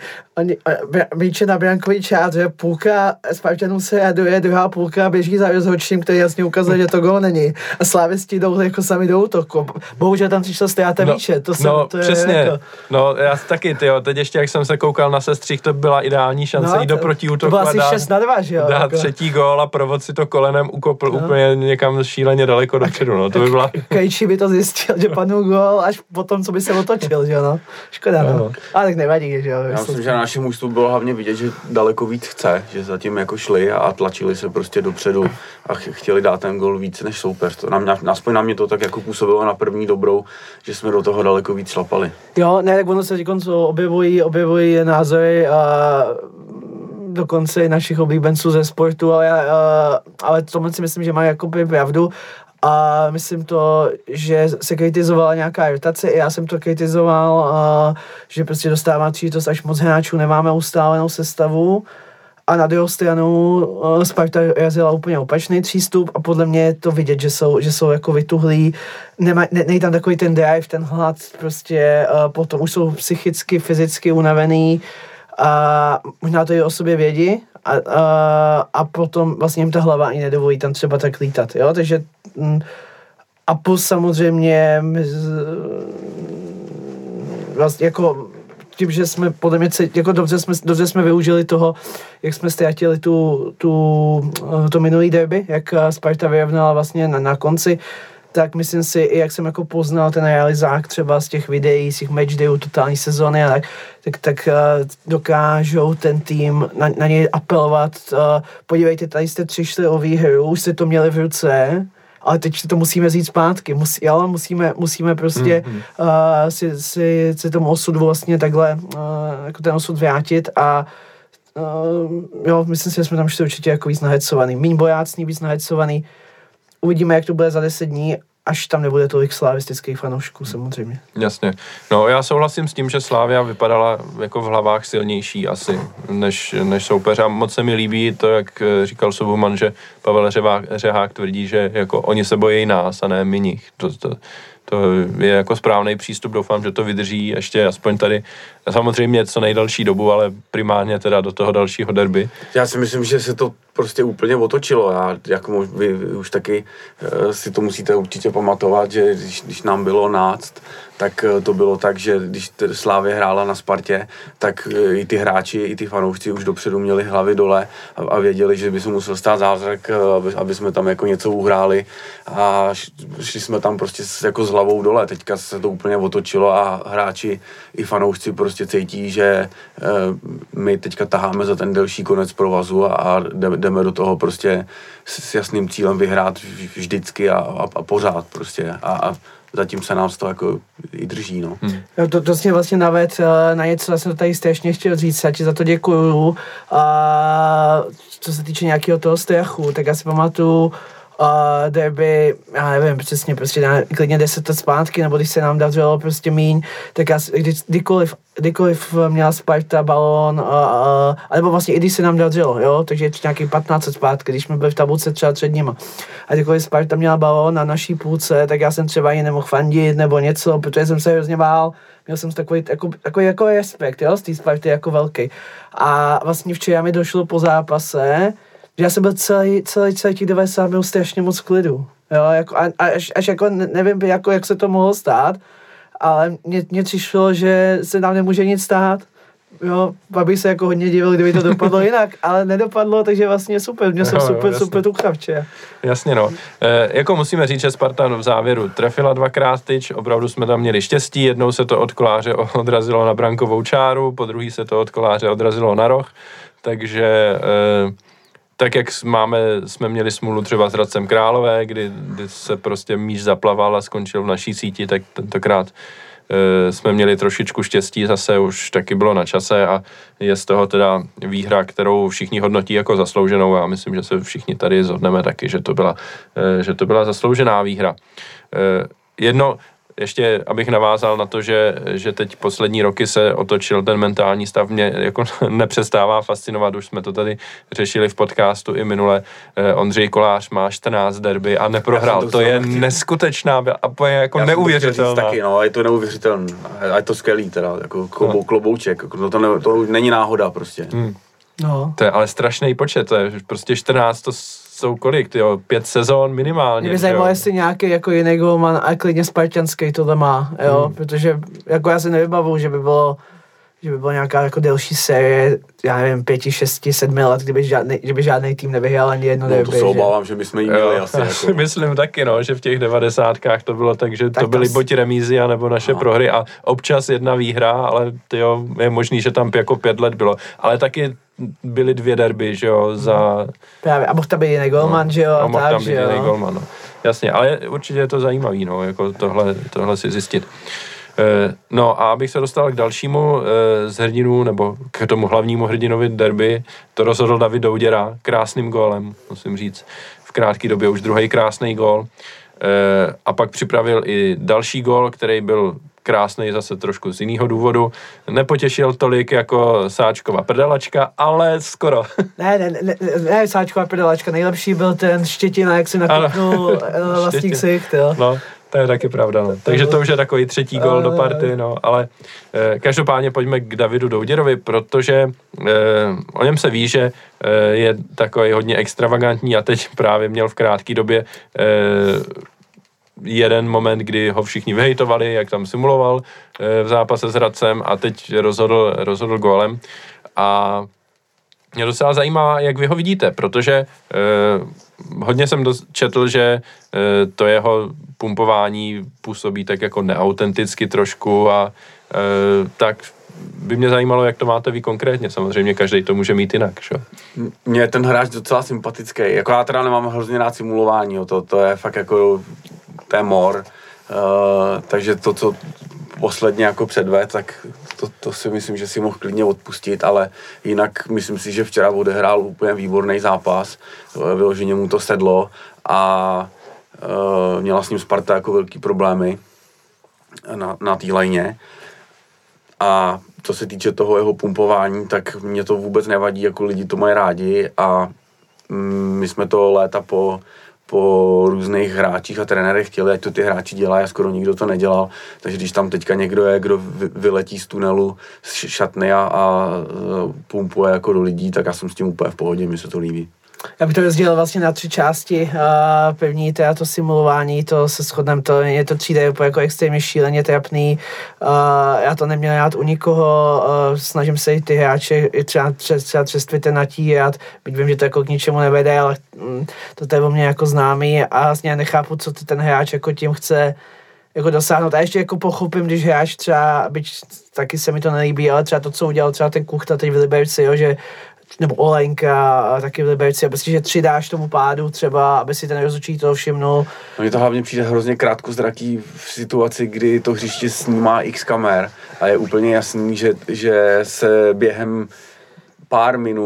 míče na brankový čáře, půlka Spartanů se raduje, druhá půlka běží za rozhodčím, který jasně ukazuje, že to gól není. A slávisti jdou jako sami do útoku. Bohužel tam přišla ztráta míče, to přesně. Je jako... No, já taky, teď ještě, jak jsem se koukal na sestřih, to byla ideální šance jít do protiútoku. To bylo asi 6-2, že jo? Dát jako... třetí gól a provod si to kolenem ukopl úplně někam šíleně daleko dopředu, no, to by byla... Krejčí by to zjistil, že padnul gól až potom, co by se otočil, že jo, no. Škoda, no. Ale tak nevadí, že jo. Já myslím, že naši mužstvu bylo hlavně vidět, že daleko víc chce, že zatím jako šli a tlačili se prostě dopředu a chtěli dát ten gól víc než soupeř. Aspoň na mě to tak jako působilo na první dobrou, že jsme do toho daleko víc šlapali. Jo, ne, tak ono se objevují názory a dokonce i našich oblíbenců ze sportu, ale tomu si myslím, že mají jakoby pravdu. A myslím to, že se kritizovala nějaká rotace, i já jsem to kritizoval, že prostě dostává příležitost, až moc hráčů nemáme ustálenou sestavu. A na druhou stranu Sparta razila úplně opačný přístup a podle mě je to vidět, že jsou jako vytuhlí. Není tam takový ten drive, ten hlad, prostě potom už jsou psychicky, fyzicky unavený a možná to i o sobě vědí a potom vlastně jim ta hlava ani nedovolí tam třeba tak lítat, jo, takže a plus samozřejmě vlastně jako tím, že jsme podle mě jako dobře jsme využili toho, jak jsme ztratili to minulý derby, jak Sparta vyrovnala vlastně na konci, tak myslím si, i jak jsem jako poznal ten realizák třeba z těch videí, z těch matchdayů, totální sezóny a tak dokážou ten tým na něj apelovat. Podívejte, tady jste přišli o výhru, už jste to měli v ruce, ale teď to musíme vzít zpátky. Musíme prostě si tomu osudu vlastně takhle jako ten osud vrátit a jo, myslím si, že jsme tam šli určitě jako víc nahecovaný. Míň bojácný, víc nahecovaný. Uvidíme, jak to bude za 10 dní, až tam nebude tolik slavistických fanoušků, samozřejmě. Jasně. No, já souhlasím s tím, že Slavia vypadala jako v hlavách silnější asi, než soupeř. A moc se mi líbí to, jak říkal Sobuman, že Pavel Řehák tvrdí, že jako oni se bojí nás a ne my nich. To je jako správný přístup, doufám, že to vydrží ještě aspoň tady, samozřejmě co nejdelší dobu, ale primárně teda do toho dalšího derby. Já si myslím, že se to prostě úplně otočilo. Jako vy už taky si to musíte určitě pamatovat, že když nám bylo náct, tak to bylo tak, že když Slavia hrála na Spartě, tak i ty hráči, i ty fanoušci už dopředu měli hlavy dole a věděli, že by se musel stát zázrak, aby jsme tam jako něco uhráli a šli jsme tam prostě jako s hlavou dole. Teďka se to úplně otočilo a hráči i fanoušci prostě cítí, že my teďka taháme za ten delší konec provazu a jdeme do toho prostě s jasným cílem vyhrát vždycky a pořád prostě a zatím se nám to jako i drží, no. To jsi vlastně naved na něco, já jsem to tady strašně chtěl říct, já ti za to děkuju. A co se týče nějakého toho strachu, tak já si pamatuju derby, já nevím přesně, prostě klidně 10 let zpátky, nebo když se nám dařilo prostě míň, tak já, kdykoliv měla Sparta balón, alebo vlastně i když se nám dařilo, jo, takže nějakých 15 let zpátky, když jsme byli v tabulce třeba před nima. A kdykoliv Sparta měla balón na naší půlce, tak já jsem třeba ani nemohl fandit nebo něco, protože jsem se hrozně bál. Měl jsem takový jako respekt, jo, z té Sparty jako velký. A vlastně včera mi došlo po zápase, že já jsem byl celý těch 90 minut strašně moc v klidu. Jo, jako, až jako nevím, jako, jak se to mohlo stát, ale mně přišlo, že se nám nemůže nic stát. Jo, aby se jako hodně divil, kdyby to dopadlo jinak, ale nedopadlo, takže vlastně super, měl jsem super tu kravče. Jasně no. Jako musíme říct, že Sparta v závěru trefila 2krát tyč, opravdu jsme tam měli štěstí, jednou se to od koláře odrazilo na brankovou čáru, po druhý se to od koláře odrazilo na roh, takže tak jak jsme měli smůlu třeba s Hradcem Králové, kdy se prostě míč zaplaval a skončil v naší síti, tak tentokrát jsme měli trošičku štěstí, zase už taky bylo na čase a je z toho teda výhra, kterou všichni hodnotí jako zaslouženou a myslím, že se všichni tady shodneme taky, že to byla zasloužená výhra. Ještě abych navázal na to, že teď poslední roky se otočil ten mentální stav, mě jako nepřestává fascinovat, už jsme to tady řešili v podcastu i minule. Ondřej Kolář má 14 derby a neprohrál, to je neskutečná a jako neuvěřitelná. Taky, no, je to neuvěřitelné a je to skvělý teda, jako klobouček, to není náhoda prostě. No. To je ale strašný počet, to je prostě 14, to jsou kolik, tyjo, 5 sezón minimálně. Mě by zajímalo, jestli nějaký jako jiný golman a klidně spartanský tohle má, jo, protože jako já si nevybavuju, že by bylo nějaká jako delší série, já nevím, 5, 6, 7 let, kdyby žádný tým nevyhrál ani jedno derby. No to se obávám, že bychom jí měli asi. Jako. Myslím taky, no, že v těch 90kách to bylo tak, že to byly buď remízy, anebo naše prohry a občas jedna výhra, ale tyjo, je možný, že tam jako 5 let bylo. Ale taky byly 2 derby, že jo, za... Právě, a mohl tam být jiný golman, že jo, a mohl tam být jiný golman, no. Jasně, ale určitě je to zajímavý, no, jako tohle si zjistit. No a abych se dostal k dalšímu z hrdinů, nebo k tomu hlavnímu hrdinovi derby, to rozhodl David Douděra krásným gólem, musím říct. V krátké době už druhý krásný gól. A pak připravil i další gól, který byl krásný zase trošku z jiného důvodu. Nepotěšil tolik jako Sáčkova prdelačka, ale skoro. Ne, Sáčkova prdelačka, nejlepší byl ten Štětina, jak si nakopnul vlastní ksicht, jo. No. To je taky pravda, no. Takže to už je takový 3. gól do party, no, ale každopádně pojďme k Davidu Douděrovi, protože o něm se ví, že je takový hodně extravagantní a teď právě měl v krátké době jeden moment, kdy ho všichni vyhejtovali, jak tam simuloval v zápase s Hradcem a teď rozhodl gólem a mě docela zajímá, jak vy ho vidíte, protože hodně jsem četl, že to jeho pumpování působí tak jako neautenticky trošku a tak by mě zajímalo, jak to máte vy konkrétně. Samozřejmě každý to může mít jinak, že? Mně je ten hráč docela sympatický. Jako já teda nemám hrozně rád simulování, to je fakt jako, to je mor. Takže to, co posledně jako předved, tak to si myslím, že si mohl klidně odpustit, ale jinak myslím si, že včera odehrál úplně výborný zápas, vyloženě mu to sedlo a měla s ním Sparta jako velký problémy na té lajně. A co se týče toho jeho pumpování, tak mě to vůbec nevadí, jako lidi to mají rádi a my jsme to léta po různých hráčích a trenérech chtěli, ať to ty hráči dělají a skoro nikdo to nedělal. Takže když tam teďka někdo je, kdo vyletí z tunelu, z šatny a pumpuje jako do lidí, tak já jsem s tím úplně v pohodě, mi se to líbí. Já bych to rozdělil vlastně na 3 části. První teda to simulování, to se shodneme, to je to přijde úplně jako extrémně šíleně trapný. Já to neměl rád u nikoho, snažím se i ty hráče třeba přes Twitter natírat, byť vím, že to jako k ničemu nevede, ale to je o mě jako známý a vlastně nechápu, co ten hráč jako tím chce jako dosáhnout. A ještě jako pochopím, když hráč třeba, byť taky se mi to nelíbí, ale třeba to, co udělal třeba ten Kuchta teď v Liberci, jo, že nebo Olenka, taky v Liberci, aby si, že 3 dáš tomu pádu třeba, aby si ten rozhodčí toho všimnul. No mně to hlavně přijde hrozně krátkozraký v situaci, kdy to hřiště snímá x kamer a je úplně jasný, že se během pár minut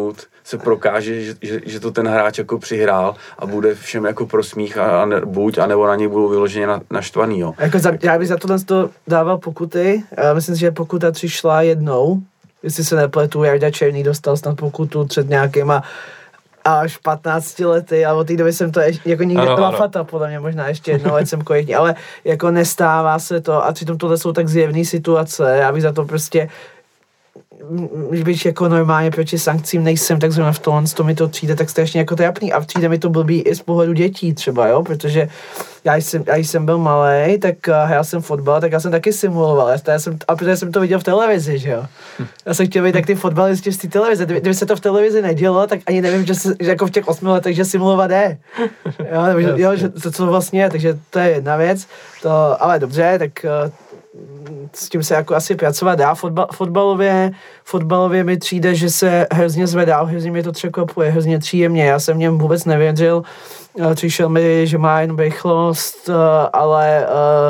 se prokáže, že to ten hráč jako přihrál a bude všem jako prosmích buď, anebo na něj budou vyloženě naštvaný, jo. Jako já bych za tohle dával pokuty, myslím si, že pokuta přišla jednou, jestli se nepletu, Jarda Černý dostal snad pokutu před nějakýma až 15 lety a od té doby jsem to jako nikdy Lafata, podle mě možná ještě jednou, ať jsem korektní, ale jako nestává se to a přitom tohle jsou tak zjevné situace, já bych za to prostě když jako normálně proti sankcím nejsem, tak zrovna v to mi to přijde tak strašně jako trapný a přijde mi to blbý i z pohledu dětí třeba, jo, protože já jsem byl malej, tak hrál jsem fotbal, tak já jsem taky simuloval, a protože jsem to viděl v televizi, že jo. Já jsem chtěl být tak ty fotbalisti z té televize, kdyby se to v televizi nedělo, tak ani nevím, že jako v těch 8 letech, že simulovat je. Jo, že to vlastně je, takže to je jedna věc, ale dobře, tak s tím se jako asi pracovat dá. Fotbalově mi přijde, že se hrozně zvedá, hrozně mi to překvapuje, hrozně příjemně. Já jsem v něm vůbec nevěřil, přišel mi, že má jen rychlost, ale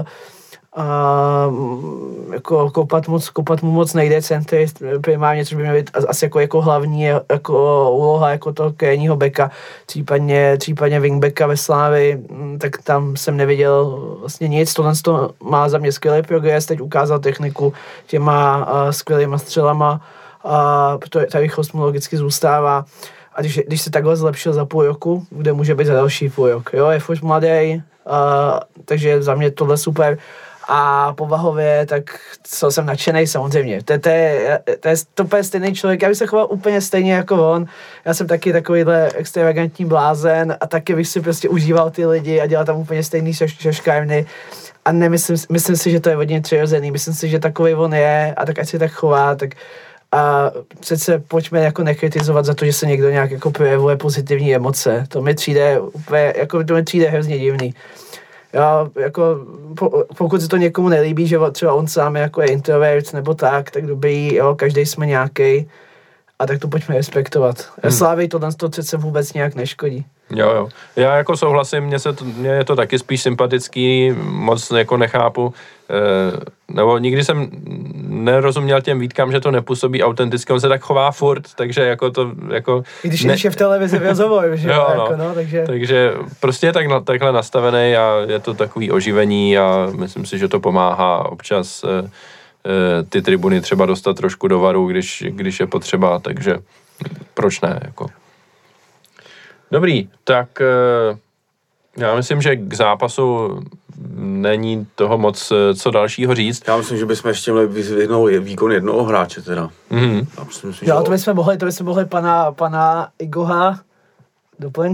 jako kopat mu moc nejde centry primárně, což by mělo být asi jako hlavní jako úloha jako toho krajního beka, případně wingbacka ve Slávii, tak tam jsem neviděl vlastně nic. Tohle má za mě skvělý progres, teď ukázal techniku těma skvělýma střelama, ta rychlost mu logicky zůstává. A když se takhle zlepšil za půl roku, kde může být za další půl rok, jo, je furt mladý, takže za mě tohle super. A povahově, tak co jsem nadšenej samozřejmě. To je úplně stejný člověk, já bych se choval úplně stejně jako on. Já jsem taky takovýhle extravagantní blázen a taky bych si prostě užíval ty lidi a dělal tam úplně stejný šaškárny. A myslím si, že to je hodně přirozený. Myslím si, že takovej on je a tak ať se tak chová, tak a přece pojďme jako nekritizovat za to, že se někdo nějak jako projevuje pozitivní emoce. To mi přijde úplně, jako to mi přijde hrozně divný. Jo, jako pokud se to někomu nelíbí, že třeba on sám jako je introvert nebo tak dobrý, jo, každý jsme nějaký a tak to pojďme respektovat. Slávy to přece vůbec nějak neškodí. Jo. Já jako souhlasím, mně je to taky spíš sympatický, moc jako nechápu, nebo nikdy jsem nerozuměl těm výtkám, že to nepůsobí autenticky, on se tak chová furt, takže jako to, jako... I když je v televizi v rozhovoru, že jo, jako, no, takže prostě je takhle nastavený a je to takový oživení a myslím si, že to pomáhá občas ty tribuny třeba dostat trošku do varu, když je potřeba, takže proč ne, jako... Dobrý, tak já myslím, že k zápasu není toho moc co dalšího říct. Já myslím, že bychom ještě měli vyzvihnout výkon jednoho hráče teda. Mm-hmm. Jo, to bychom mohli pana Igoha doplň.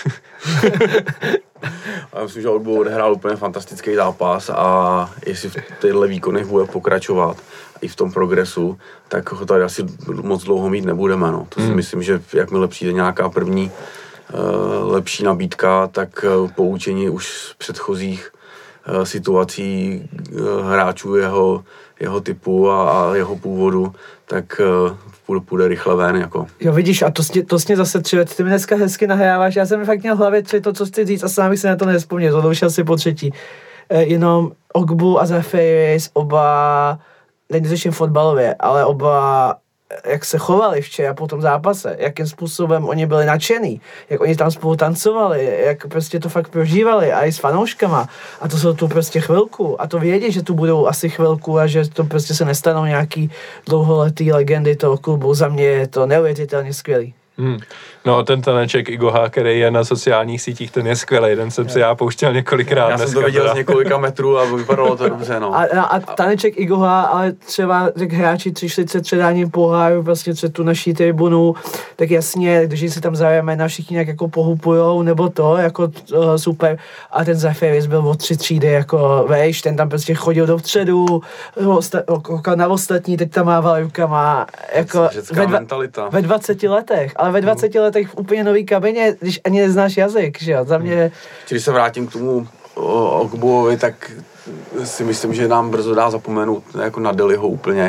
Já myslím, že Olbu odehrál úplně fantastický zápas a jestli v těchto výkonech bude pokračovat i v tom progresu, tak ho tady asi moc dlouho mít nebudeme. No. To si myslím, že jakmile přijde nějaká první lepší nabídka, tak poučení už z předchozích situací hráčů jeho typu a jeho původu, tak půjde rychle ven, jako. Jo, vidíš, a to jsi zase ty mi dneska hezky nahráváš, já jsem fakt měl v hlavě to, co chci říct a sám bych se na to nevzpomněl, to už asi po třetí. Jenom Ogbu a Zafiris, oba, neřeším fotbalově, ale oba jak se chovali včera po tom zápase, jakým způsobem oni byli nadšený, jak oni tam spolu tancovali, jak prostě to fakt prožívali a i s fanouškama a to jsou tu prostě chvilku a to vědí, že tu budou asi chvilku a že to prostě se nestanou nějaký dlouholetý legendy toho klubu. Za mě je to neuvěřitelně skvělý. No, ten taneček Igoha, který je na sociálních sítích, ten je skvělý, ten jsem si já pouštěl několikrát. Já jsem to viděl z několika metrů a vypadalo to dobře, no. A taneček Igoha, ale třeba hráči přišli před předáním poháru, vlastně před tu naší tribunu, tak jasně, když si tam zajeme, všichni nějak jako pohupujou, nebo to, jako super. A ten Zafiris byl o 3 třídy, jako vejš, ten tam prostě chodil dopředu, koukal na ostatní, teď tam mával rukama, jako ve 20 letech. Ale ve 20 letech v úplně nový kabině, když ani neznáš jazyk, že jo, za mě... Když se vrátím k tomu Ogbuovi, tak si myslím, že nám brzo dá zapomenout jako na Deliho úplně,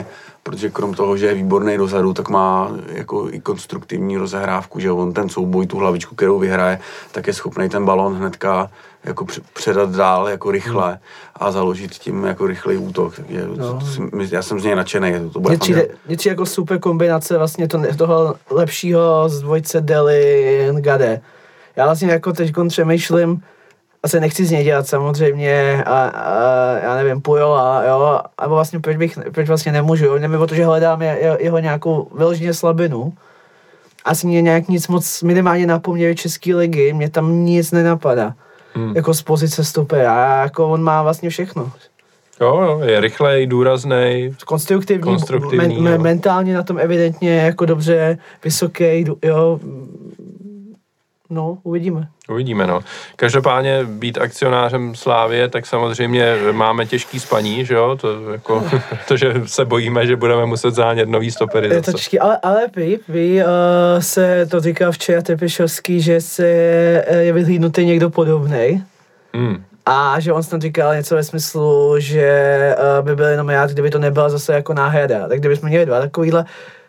protože krom toho, že je výborný dozadu, tak má jako i konstruktivní rozehrávku, že on ten souboj, tu hlavičku, kterou vyhraje, tak je schopný ten balón hnedka jako předat dál jako rychle a založit tím jako rychlej útok. Takže já jsem z něj nadšenej. To bude Něčí jako super kombinace vlastně toho lepšího z dvojce Deli Ngade. Já vlastně jako teď přemýšlím, asi nechci z něj dělat samozřejmě a já nevím, Pujola, jo, ale vlastně proč vlastně nemůžu, jo, nevím, protože hledám jeho nějakou vyloženě slabinu. Asi mě nějak nic moc minimálně napomněli České ligy, mě tam nic nenapadá. Jako z pozice stopera, a jako on má vlastně všechno. Jo, je rychlej, důraznej, konstruktivní mentálně na tom evidentně jako dobře, vysoký, jo. No, uvidíme. Uvidíme, no. Každopádně být akcionářem Slávie, tak samozřejmě máme těžký spaní, že jo, to jako, protože se bojíme, že budeme muset zánět nový stopery. Je to těžký, ale vy se to říkal včera Trpišovský, že se je vyhlídnutý někdo podobnej. A že on snad říkal něco ve smyslu, že by byl jenom rád, kdyby to nebyla zase jako náhrada. Tak kdybychom měli dva takovýhle,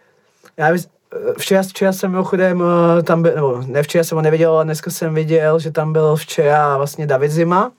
Včera jsem mimochodem tam byl, nebo ne včera jsem ho neviděl, ale dneska jsem viděl, že tam byl včera vlastně David Zima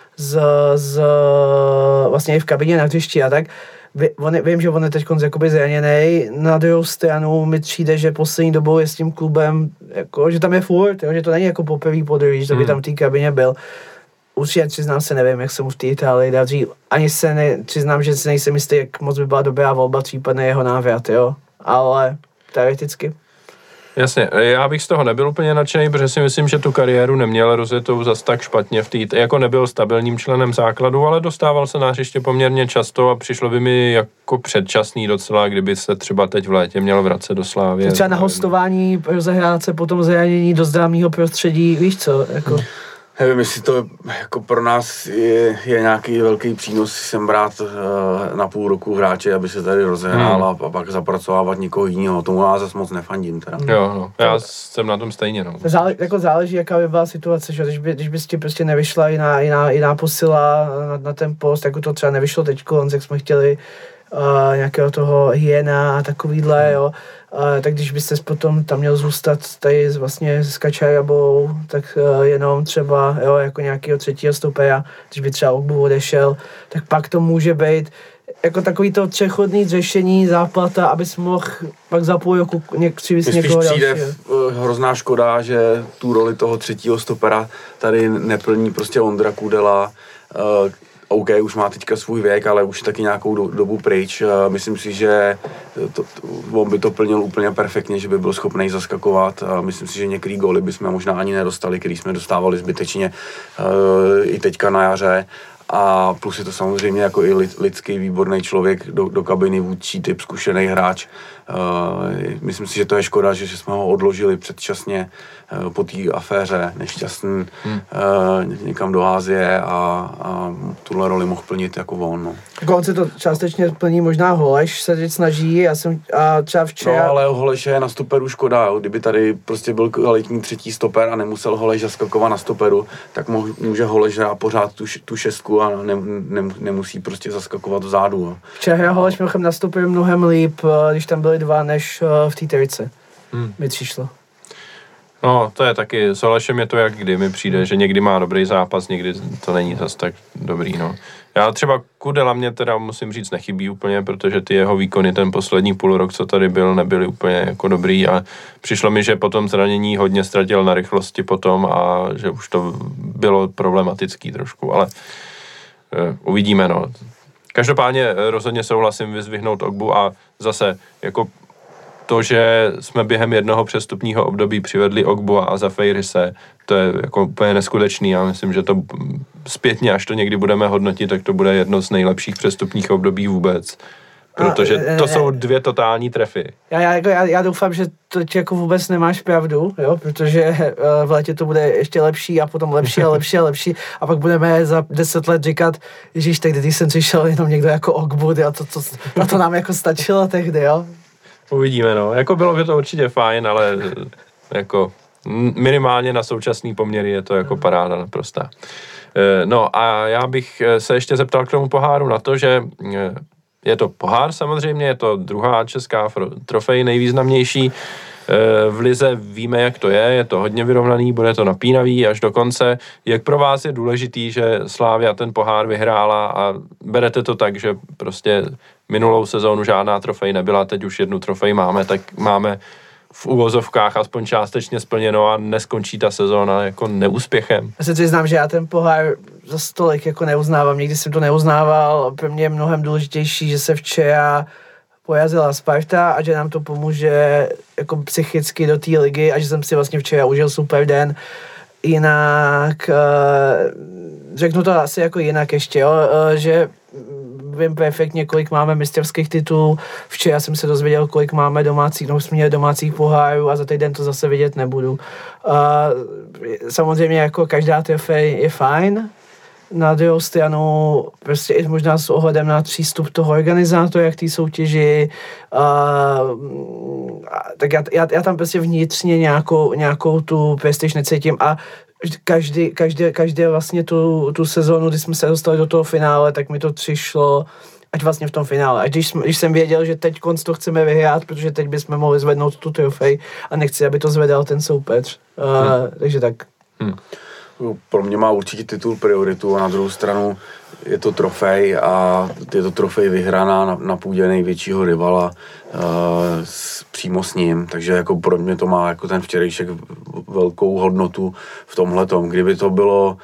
vlastně i v kabině na hřišti a tak. Vím, že on je teď jakoby zraněnej, na druhou stranu mi přijde, že poslední dobou je s tím klubem, jako, že tam je furt, jo, že to není jako poprvý podruhý, že by tam v té kabině byl. Určitě přiznám se, nevím, jak se mu v té Itálii daří, ani se přiznám, že si nejsem jistý, jak moc by byla dobrá volba případně jeho návrat, jo, ale teoreticky. Jasně, já bych z toho nebyl úplně nadšený, protože si myslím, že tu kariéru neměl rozjetou zas tak špatně jako nebyl stabilním členem základu, ale dostával se na hřiště poměrně často a přišlo by mi jako předčasný docela, kdyby se třeba teď v létě měl vracet do Slávie. Třeba na hostování rozehrát se potom zranění do známého prostředí, víš co, jako... Nevím, jestli to jako pro nás je nějaký velký přínos sem brát na půl roku hráče, aby se tady rozehrál a pak zapracovávat někoho jiného. Tomu já zase moc nefandím teda. Jo, no. Já jsem na tom stejně, no. Záleží, jaká by byla situace, že? Když bys ti prostě nevyšla jiná posila na ten post, jako to třeba nevyšlo teďko, jak jsme chtěli nějakého toho Hyena a takovýhle, jo. Tak když byste potom tam měl zůstat tady vlastně s Kačajabou, tak jenom třeba jo, jako nějakého třetího stopera, když by třeba Ogbu odešel, tak pak to může být jako takový to přechodný řešení, záplata, abys mohl pak za půl roku přivést někoho přijde hrozná škoda, že tu roli toho třetího stopera tady neplní prostě Ondra Kudela, OK, už má teďka svůj věk, ale už taky nějakou dobu pryč. Myslím si, že on by to plnil úplně perfektně, že by byl schopný zaskakovat. Myslím si, že některý góly bychom možná ani nedostali, který jsme dostávali zbytečně i teďka na jaře. A plus je to samozřejmě jako i lidský výborný člověk do kabiny, vůdčí typ, zkušený hráč. Myslím si, že to je škoda, že jsme ho odložili předčasně po té aféře nešťastný někam do Asie a tuhle roli mohl plnit jako on. No. Jako on se to částečně plní, možná Holeš se teď snaží, a třeba včera... No ale Holeš je na stoperu škoda, jo. Kdyby tady prostě byl kvalitní třetí stoper a nemusel Holeš zaskakovat na stoperu, tak může Holeš hrát pořád tu šestku a nemusí prostě zaskakovat vzadu. Jo. Včera Holeš nastoupil mnohem líp, když tam byli dva, než v té terice. Mi přišlo. No, to je taky, s Holešem je to jak kdy mi přijde, že někdy má dobrý zápas, někdy to není zas tak dobrý, no. Já třeba Kudela mě teda musím říct nechybí úplně, protože ty jeho výkony ten poslední půl rok, co tady byl, nebyly úplně jako dobrý a přišlo mi, že po tom zranění hodně ztratil na rychlosti potom a že už to bylo problematický trošku, ale uvidíme, no. Každopádně rozhodně souhlasím vyzdvihnout Ogbu a zase jako to, že jsme během jednoho přestupního období přivedli Ogbu a Zafeirise, to je jako úplně neskutečný. Já myslím, že to zpětně, až to někdy budeme hodnotit, tak to bude jedno z nejlepších přestupních období vůbec. Protože to jsou dvě totální trefy. Já doufám, že to jako vůbec nemáš pravdu, jo? Protože v létě to bude ještě lepší a potom lepší a lepší a lepší a pak budeme za 10 let říkat, ježíš, tak když jsem přišel jenom někdo jako Ogbu a to nám jako stačilo tehdy, jo? Uvidíme, no. Jako bylo by to určitě fajn, ale jako minimálně na současný poměry je to jako paráda naprostá. No a já bych se ještě zeptal k tomu poháru na to, že je to pohár samozřejmě, je to druhá česká trofej nejvýznamnější. V lize víme, jak to je to hodně vyrovnaný, bude to napínavý až do konce. Jak pro vás je důležitý, že Slavia ten pohár vyhrála a berete to tak, že prostě minulou sezónu žádná trofej nebyla, teď už jednu trofej máme, tak máme v uvozovkách aspoň částečně splněno a neskončí ta sezóna jako neúspěchem. Já se přiznám, že já ten pohár za stolik jako neuznávám, nikdy jsem to neuznával, pro mě je mnohem důležitější, že se včera pojazila Sparta a že nám to pomůže jako psychicky do té ligy a že jsem si vlastně včera užil super den. Jinak, řeknu to asi jako jinak ještě, jo, že vím perfektně, kolik máme mistrovských titulů. Včera jsem se dozvěděl, kolik máme domácích, no jsme měli domácích pohárů a za týden to zase vidět nebudu. Samozřejmě jako každá trofej je fajn, na druhou stranu prostě i možná s ohledem na přístup toho organizátora k té soutěži, tak já tam prostě vnitřně nějakou tu prestiž necítím a každý vlastně tu sezónu, kdy jsme se dostali do toho finále, tak mi to přišlo, ať vlastně v tom finále. A když jsem věděl, že teď to chceme vyhrát, protože teď bychom mohli zvednout tu trofej a nechci, aby to zvedal ten soupeř. Takže tak. Pro mě má určitě titul prioritu a na druhou stranu je to trofej a je to trofej vyhraná na půdě největšího rivala přímo s ním, takže jako pro mě to má jako ten včerejšek velkou hodnotu v tomhletom. Kdyby to bylo,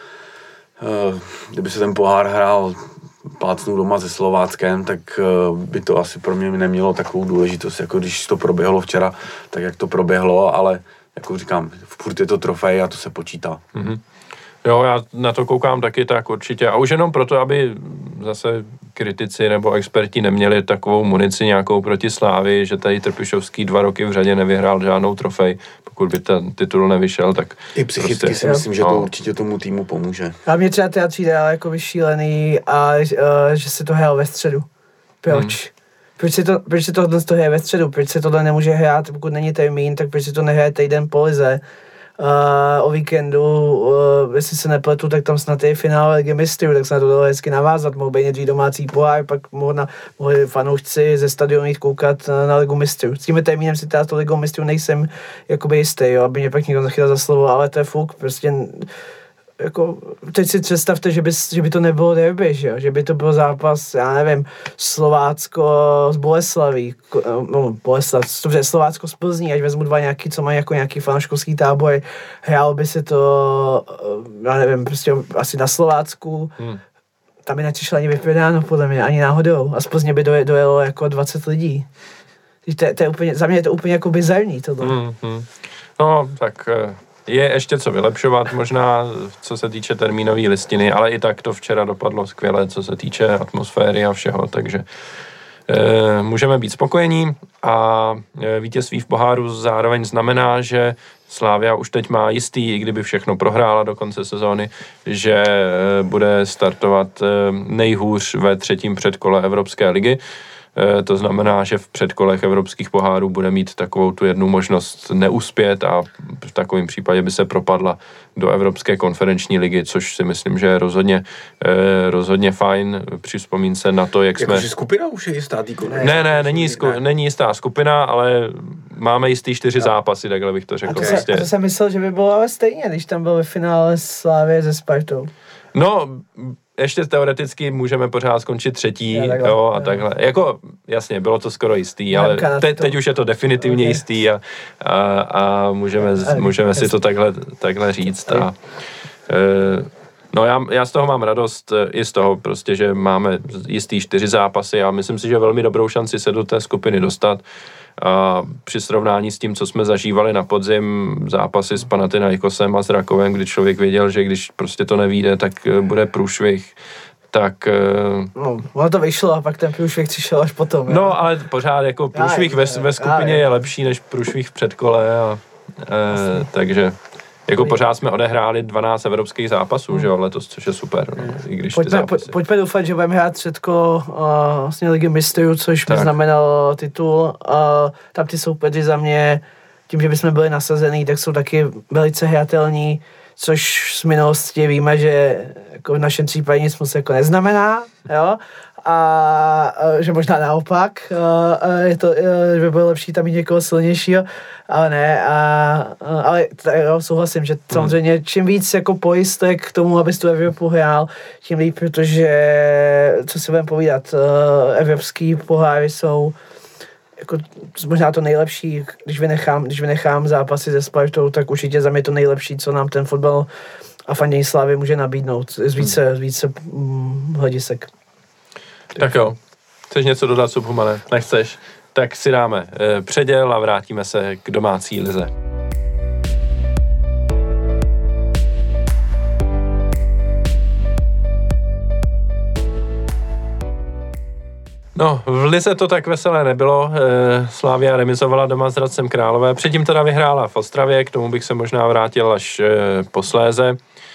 kdyby se ten pohár hrál plácnu doma se Slováckem, tak by to asi pro mě nemělo takovou důležitost, jako když to proběhlo včera, tak jak to proběhlo, ale jako říkám, furt je to trofej a to se počítá. Mm-hmm. Jo, já na to koukám taky tak určitě. A už jenom proto, aby zase kritici nebo experti neměli takovou munici nějakou proti Slávii, že tady Trpišovský 2 roky v řadě nevyhrál žádnou trofej. Pokud by ten titul nevyšel, tak i psychicky prostě, si myslím, že to určitě tomu týmu pomůže. A mě třeba teda přijde ale jako vyšílený a že se to hrál ve středu. Proč? Proč se tohle hraje ve středu? Proč se tohle nemůže hrát, pokud není termín, tak proč se to nehraje týden po lize? O víkendu, jestli se nepletu, tak tam snad je finále Ligy mistrů, tak se na to dalo hezky navázat, mohl být nejdřív domácí pohár, pak mohli fanoušci ze stadionu jít koukat na Ligu mistrů. S tím termínem si teda to Ligu mistrů nejsem jakoby jistý, jo, aby mě pak někdo zachytal za slovo, ale to je fuk, prostě jako, teď si představte, že by to nebylo derby, že by to byl zápas, já nevím, Slovácko s Boleslaví, dobře, Slovácko s Plzní, až vezmu dva nějaký, co mají jako nějaký fanouškovský tábor, hrál by se to, já nevím, prostě asi na Slovácku, tam by nepřišlo ani vyprodáno, podle mě, ani náhodou, a z Plzně by dojelo jako 20 lidí. To je úplně, za mě je to úplně jako bizarní tohle. No, tak je ještě co vylepšovat možná, co se týče termínové listiny, ale i tak to včera dopadlo skvěle, co se týče atmosféry a všeho, takže můžeme být spokojení a vítězství v poháru zároveň znamená, že Slavia už teď má jistý, i kdyby všechno prohrála do konce sezóny, že bude startovat nejhůř ve 3. předkole Evropské ligy. To znamená, že v předkolech evropských pohárů bude mít takovou tu jednu možnost neuspět a v takovém případě by se propadla do Evropské konferenční ligy, což si myslím, že je rozhodně fajn při vzpomínce na to, jak jsme... Jakože skupina už je jistá tý Ne, není jistá skupina, ale máme jistý 4 zápasy, takhle bych to řekl. A to jsem myslel, že by bylo ale stejně, když tam byl ve finále Slavie se Spartou. No, ještě teoreticky můžeme pořád skončit 3. a takhle. Jako, jasně, bylo to skoro jistý, ale teď už je to definitivně jistý a můžeme si to takhle říct. No já z toho mám radost i z toho prostě, že máme jistý 4 zápasy a myslím si, že velmi dobrou šanci se do té skupiny dostat. A při srovnání s tím, co jsme zažívali na podzim, zápasy s Panathinaikosem a s Rakovem, kdy člověk věděl, že když prostě to nevyjde, tak bude průšvih, tak... No, ono to vyšlo a pak ten průšvih přišel až potom. No, ale pořád jako průšvih ve skupině je lepší než průšvih v předkole takže... Jako pořád jsme odehráli 12 evropských zápasů, že jo, letos, což je super, no, i když pojďme doufat, že budeme hrát předko vlastně Ligy mistrů, což by znamenalo titul. Tam ty soupeři za mě, tím, že bychom byli nasazený, tak jsou taky velice hratelní, což z minulosti víme, že jako v našem případě nic moc jako neznamená, jo. a že možná naopak, že by bylo lepší tam mít někoho silnějšího, ale ne, ale jo, souhlasím, že samozřejmě čím víc jako pojistek k tomu, abys tu Evropu hrál, tím líp, protože, co si budeme povídat, evropský poháry jsou jako možná to nejlepší, když vynechám zápasy se Spartou, tak určitě za mě to nejlepší, co nám ten fotbal a fandění Slávy může nabídnout z více hledisek. Tak jo, chceš něco dodat, Subhumane? Nechceš? Tak si dáme předěl a vrátíme se k domácí lize. No, v lize to tak veselé nebylo. Slavia remizovala doma s Hradcem Králové. Předtím teda vyhrála v Ostravě, k tomu bych se možná vrátil až posléze.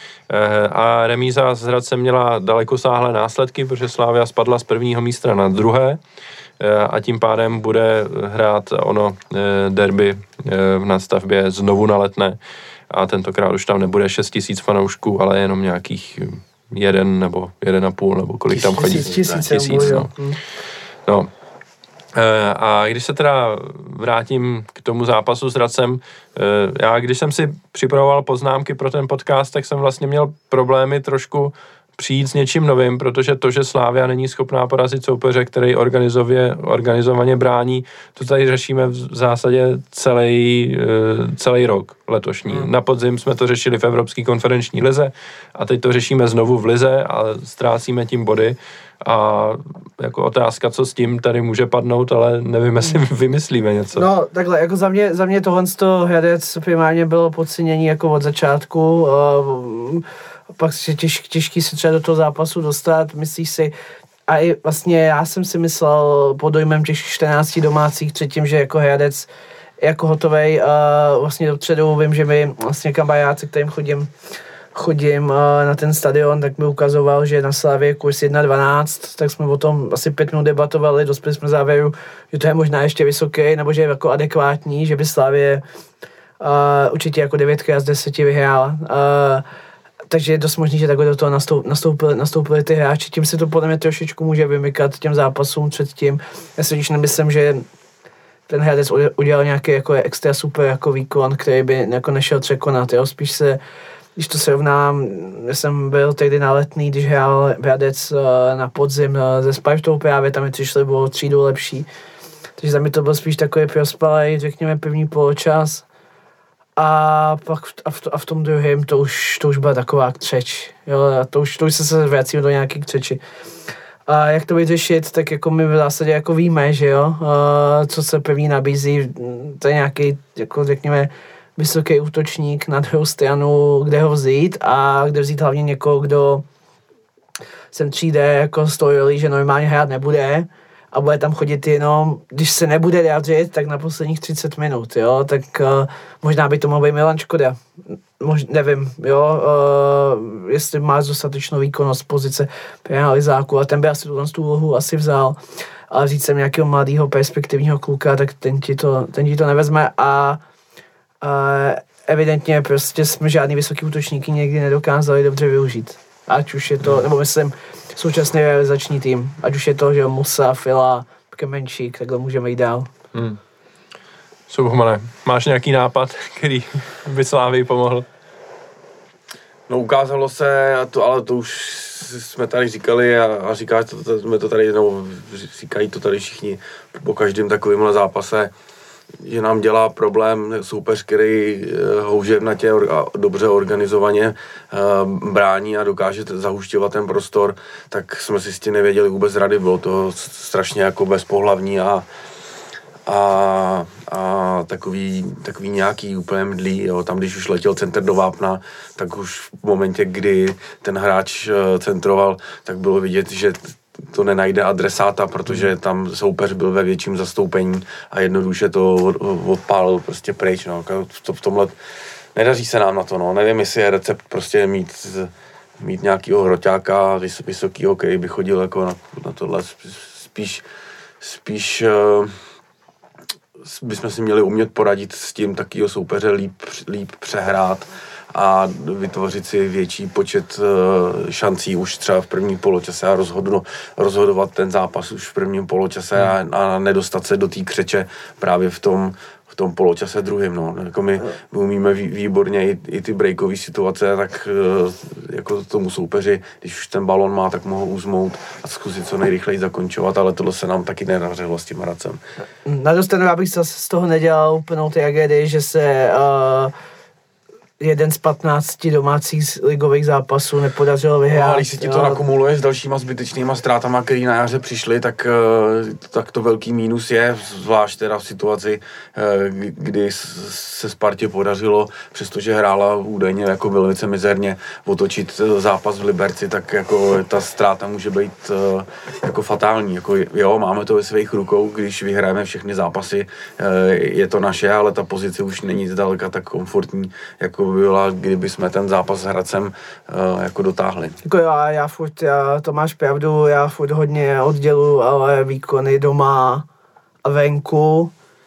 A remíza s Hradcem měla dalekosáhlé následky, protože Slavia spadla z prvního místa na druhé a tím pádem bude hrát ono derby v Nadstavbě znovu na Letné. A tentokrát už tam nebude 6 000 fanoušků, ale jenom nějakých 1 nebo 1,5 nebo kolik tam chodí. 1000, no. No. A když se teda vrátím k tomu zápasu s Hradcem, já když jsem si připravoval poznámky pro ten podcast, tak jsem vlastně měl problémy trošku přijít s něčím novým, protože to, že Slavia není schopná porazit soupeře, který organizovaně brání, to tady řešíme v zásadě celý rok letošní. Na podzim jsme to řešili v Evropské konferenční lize a teď to řešíme znovu v lize a ztrácíme tím body. A jako otázka, co s tím tady může padnout, ale nevím, jestli vymyslíme něco. No takhle, jako za mě tohle Hradec primárně bylo podcenění jako od začátku. Pak je těžký se třeba do toho zápasu dostat, myslíš si, a i vlastně já jsem si myslel pod dojmem těch 14 domácích třetím, že jako Hradec jako hotovej, vlastně dopředu vím, že mi vlastně kamarád, se kterým chodím na ten stadion, tak mi ukazoval, že na Slavii je kurz 1,12, tak jsme o tom asi 5 minut debatovali, dospěli jsme závěru, že to je možná ještě vysoký, nebo že je jako adekvátní, že by Slavie určitě jako 9 z 10 vyhrála. Takže je dost možný, že takhle do toho nastoupili ty hráči, tím se to podle mě trošičku může vymykat těm zápasům předtím. Já si nemyslím, že ten Hradec udělal nějaký jako extra super jako výkon, který by jako nešel překonat. Jo? Spíš se, když to srovnám, já jsem byl tehdy na Letný, když hrál Hradec na podzim ze Spartou právě, tam mi přišli, bylo 3 lepší. Takže za mě to byl spíš takový prospalej, řekněme první poločas. A pak v tom druhém to už byla taková křeč, jo, a to už se vracíme do nějaký křeči. A jak to vyřešit, tak jako my v zásadě jako víme, že jo, co se první nabízí, to je nějaký, jako řekněme, vysoký útočník na druhou stranu, kde ho vzít a kde vzít hlavně někoho, kdo sem přijde jako z toho roli, že normálně hrát nebude a bude tam chodit jenom, když se nebude dařit, tak na posledních 30 minut, jo, tak možná by to mohl být Milan Škoda, nevím, jo, jestli má dostatečnou výkonnost z pozice penalizáku a ten by asi tu úlohu asi vzal, ale vzít sem nějakého mladého perspektivního kluka, tak ten ti to nevezme a evidentně prostě jsme žádný vysoký útočníky někdy nedokázali dobře využít. Ať už je to, nebo myslím, současný realizační tým, ať už je to, že Musa, Fila, Kemenčík, takhle můžeme jít dál. Subhumane, máš nějaký nápad, který by Slávii pomohl? No ukázalo se, ale to už jsme tady říkali a říkají to tady všichni po každém takovémhle zápase, že nám dělá problém soupeř, který houževnatě a dobře organizovaně brání a dokáže zahušťovat ten prostor, tak jsme si s tím nevěděli vůbec rady, bylo to strašně jako bezpohlavní a takový nějaký úplně mdlý, jo. Tam když už letěl center do vápna, tak už v momentě, kdy ten hráč centroval, tak bylo vidět, že to nenajde adresáta, protože tam soupeř byl ve větším zastoupení a jednoduše to odpálil prostě pryč, no. V tomhle nedaří se nám na to, no. Nevím, jestli je recept prostě mít nějakýho hroťáka vysokýho, který by chodil jako na tohle, spíš bychom si měli umět poradit s tím takýho soupeře líp přehrát a vytvořit si větší počet šancí už třeba v prvním poločase a rozhodovat ten zápas už v prvním poločase a nedostat se do té křeče právě v tom poločase druhým, no. Jako my umíme výborně i ty breakové situace, tak jako tomu soupeři, když už ten balon má, tak mohou uzmout a zkusit co nejrychleji zakončovat, ale tohle se nám taky nedařilo s tím Hradcem. Na druhou stranu, abych z toho nedělal úplnou tragédii, že se jeden z 15 domácích ligových zápasů nepodařilo vyhrát. No, když si ti to nakumuluje s dalšíma zbytečnýma ztrátama, které na jaře přišly, tak to velký mínus je, zvlášť teda v situaci, kdy se Spartě podařilo, přestože hrála údajně jako velice mizerně, otočit zápas v Liberci, tak jako ta ztráta může být jako fatální. Jako, jo, máme to ve svých rukou, když vyhrajeme všechny zápasy, je to naše, ale ta pozice už není zdaleka tak komfortní, jako byla, kdyby jsme ten zápas s Hradcem jako dotáhli. Jako to máš pravdu, já furt hodně oddělu, ale výkony doma a venku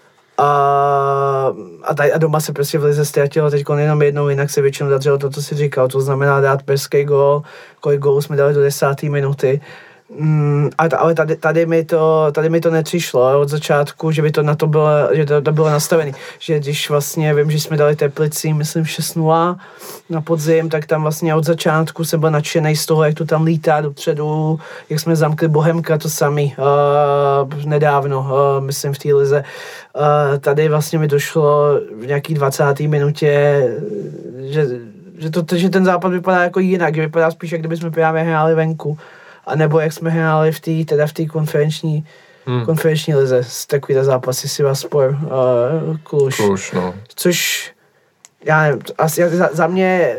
a doma se prostě v lize ztratilo teď jenom jednou, jinak se většinou dařilo to, co jsi říkal, to znamená dát brzký gól, kolik gólů jsme dali do 10. minuty. Ale tady mi to nepřišlo od začátku, že by to na to bylo, že to bylo nastavené. Že když vlastně vím, že jsme dali Teplici, myslím 6-0 na podzim, tak tam vlastně od začátku jsem byl nadšený z toho, jak to tam lítá dopředu, jak jsme zamkli Bohemka, to samý nedávno, myslím v té lize. Tady vlastně mi došlo v nějaký 20. minutě, že ten západ vypadá jako jinak, že vypadá spíš, jak kdyby jsme právě hráli venku. A nebo jak jsme hráli v té konferenční lize, takovýhle zápasy Sivasspor, Kluž. No. Což, já nevím, asi za mě,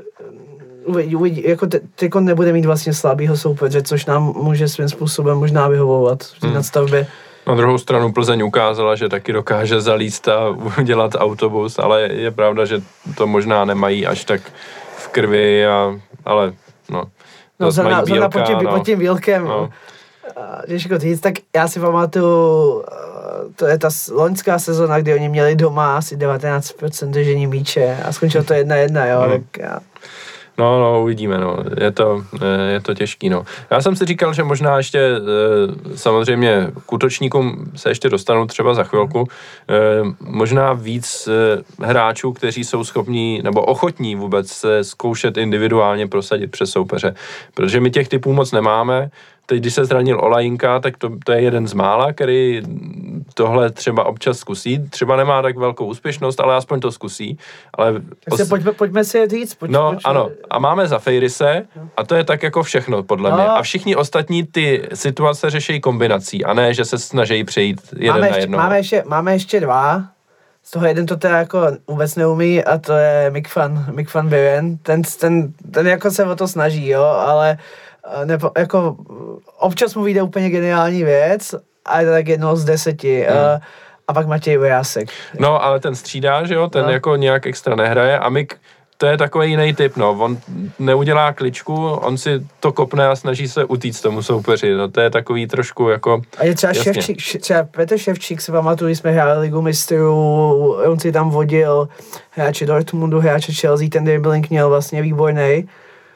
jako teďko nebude mít vlastně slabýho soupeře, což nám může svým způsobem možná vyhovovat v té nadstavbě. Na druhou stranu Plzeň ukázala, že taky dokáže zalíst a udělat autobus, ale je pravda, že to možná nemají až tak v krvi, ale no. No, zrovna pod tím Bílkem, no. Těžko říct, tak já si pamatuju, to je ta loňská sezona, kdy oni měli doma asi 19% držení míče a skončilo to 1-1, jo, tak já... No, uvidíme, no. Je to těžký, no. Já jsem si říkal, že možná ještě samozřejmě k útočníkům se ještě dostanu třeba za chvilku. Možná víc hráčů, kteří jsou schopní nebo ochotní vůbec zkoušet individuálně prosadit přes soupeře. Protože my těch typů moc nemáme. Teď, když se zranil Olajinka, tak to je jeden z mála, který tohle třeba občas zkusí. Třeba nemá tak velkou úspěšnost, ale aspoň to zkusí. Ale pojďme si je říct. Ano. A máme Zafeirise a to je tak jako všechno, podle mě. A všichni ostatní ty situace řeší kombinací, a ne, že se snaží přejít jeden na jednoho. Máme ještě dva. Z toho jeden to teda jako vůbec neumí a to je Mick van Buren. Ten jako se o to snaží, jo, ale jako občas mu vyjde úplně geniální věc a je to tak 1 z 10. A pak Matěj Vojásek. No, ale ten střídá, že jo, ten jako nějak extra nehraje a Mick, to je takový jiný typ, no, on neudělá kličku, on si to kopne a snaží se utíct tomu soupeři, no, to je takový trošku jako... A je třeba třeba Petr Ševčík, si pamatuju, když jsme hráli Ligu mistrů, on si tam vodil hráče Dortmundu, hráče Chelsea, ten dribbling měl vlastně výborný.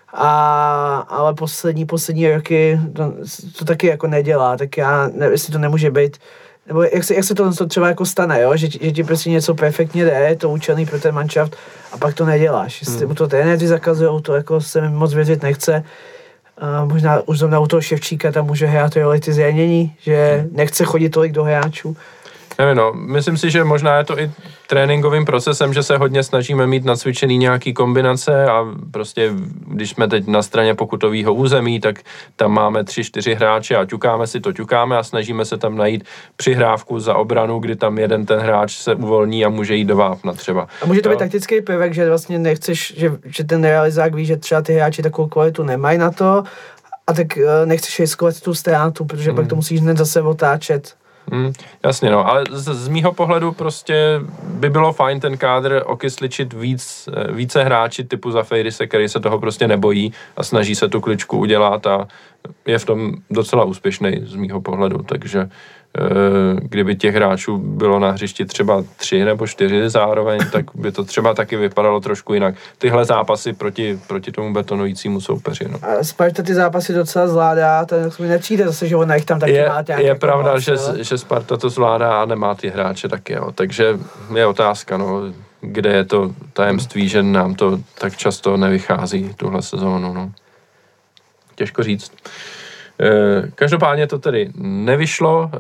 Ale poslední roky to taky jako nedělá, tak já nevím, jestli to nemůže být, nebo jak se to třeba jako stane, jo? Že ti prostě něco perfektně jde, je to účelný pro ten manšaft a pak to neděláš. Jestli mu to trenéři zakazujou, to jako se mi moc věřit nechce. Možná už zrovna u toho Ševčíka tam může hrát roli ty zranění, že nechce chodit tolik do hráčů. Nevím, no, myslím si, že možná je to i tréninkovým procesem, že se hodně snažíme mít nacvičený nějaký kombinace a prostě, když jsme teď na straně pokutového území, tak tam máme 3-4 hráče a ťukáme a snažíme se tam najít přihrávku za obranu, kdy tam jeden ten hráč se uvolní a může jít do vápna třeba. A může to být taktický prvek, že vlastně nechceš, že ten realizák ví, že třeba ty hráči takovou kvalitu nemají na to a tak nechceš riskovat tu ztrátu, protože pak to musíš hned zase otáčet. Jasně, no, ale z mýho pohledu prostě by bylo fajn ten kádr okysličit více hráči typu Zafeirise, který se toho prostě nebojí a snaží se tu kličku udělat a je v tom docela úspěšný z mýho pohledu, takže kdyby těch hráčů bylo na hřišti třeba 3 nebo 4 zároveň, tak by to třeba taky vypadalo trošku jinak. Tyhle zápasy proti tomu betonujícímu soupeři. No. A Sparta ty zápasy docela zvládá, to mi nepřijde zase, že ona jich tam taky má nějak. Je pravda, že Sparta to zvládá a nemá ty hráče taky, jo. Takže je otázka, no, kde je to tajemství, že nám to tak často nevychází tuhle sezónu. No. Těžko říct. Každopádně to tedy nevyšlo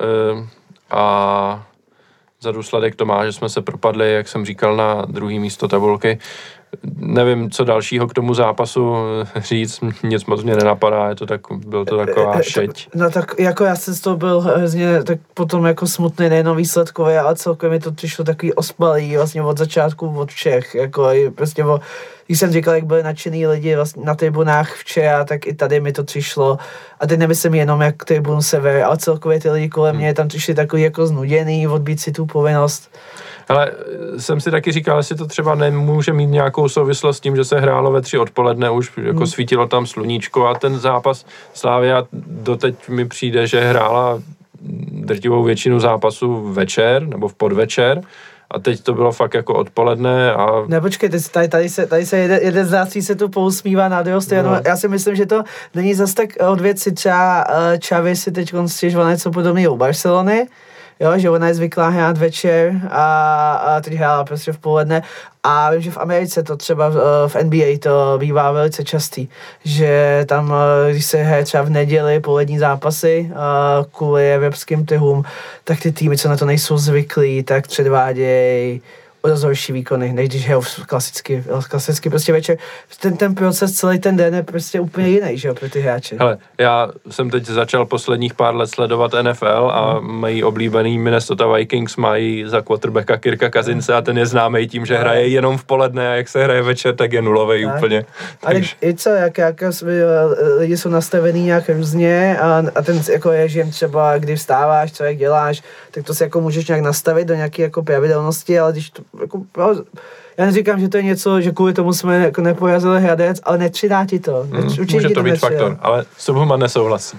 a za důsledek to má, že jsme se propadli, jak jsem říkal, na druhé místo tabulky. Nevím, co dalšího k tomu zápasu říct, nic moc mě nenapadá, byl to taková šeť. No tak jako já jsem z toho byl hrozně tak potom jako smutný, nejenom výsledkový, ale celkově mi to přišlo takový ospalý vlastně od začátku od všech, jako prostě když jsem říkal, jak byli nadšený lidi vlastně na tribunách včera, tak i tady mi to přišlo. A teď nemyslím jenom jak tribun sever, ale celkově ty lidi kolem mě tam přišli takový jako znuděný, odbít si tu povinnost. Ale jsem si taky říkal, jestli to třeba nemůže mít nějakou souvislost s tím, že se hrálo ve 3 odpoledne, už jako svítilo tam sluníčko a ten zápas Slavia doteď mi přijde, že hrála drtivou většinu zápasů večer nebo v podvečer. A teď to bylo fakt jako odpoledne a... Ne, počkej, tady se jeden z nás se tu pousmívá na druhou stranu. Já si myslím, že to není zas tak od věci. Třeba Xavi si teď stěžoval něco podobného u Barcelony, jo, že ona je zvyklá hrát večer a teď hrála prostě v poledne. A vím, že v Americe to třeba v NBA to bývá velice častý, že tam, když se hraje třeba v neděli polední zápasy kvůli evropským trhům, tak ty týmy, co na to nejsou zvyklí, tak předvádějí o dost horší výkony, než když hrajou klasicky prostě večer. Ten proces, celý ten den je prostě úplně jiný, že jo, pro ty hráče. Hele, já jsem teď začal posledních pár let sledovat NFL a mají oblíbený Minnesota Vikings mají za quarterbacka Kirka Cousinse a ten je známý tím, že hraje jenom v poledne a jak se hraje večer, tak je nulovej úplně. Ale i co, jak lidi jsou nastavený nějak různě a ten jako režim třeba, kdy vstáváš, co jak děláš, tak to si jako můžeš nějak nastavit do nějaké jako pravidelnosti, ale když to jako, já neříkám, že to je něco, že kvůli tomu jsme jako neporazili Hradec, ale nepřidá ti to. Může to být faktor, ale Subhuman nesouhlasí.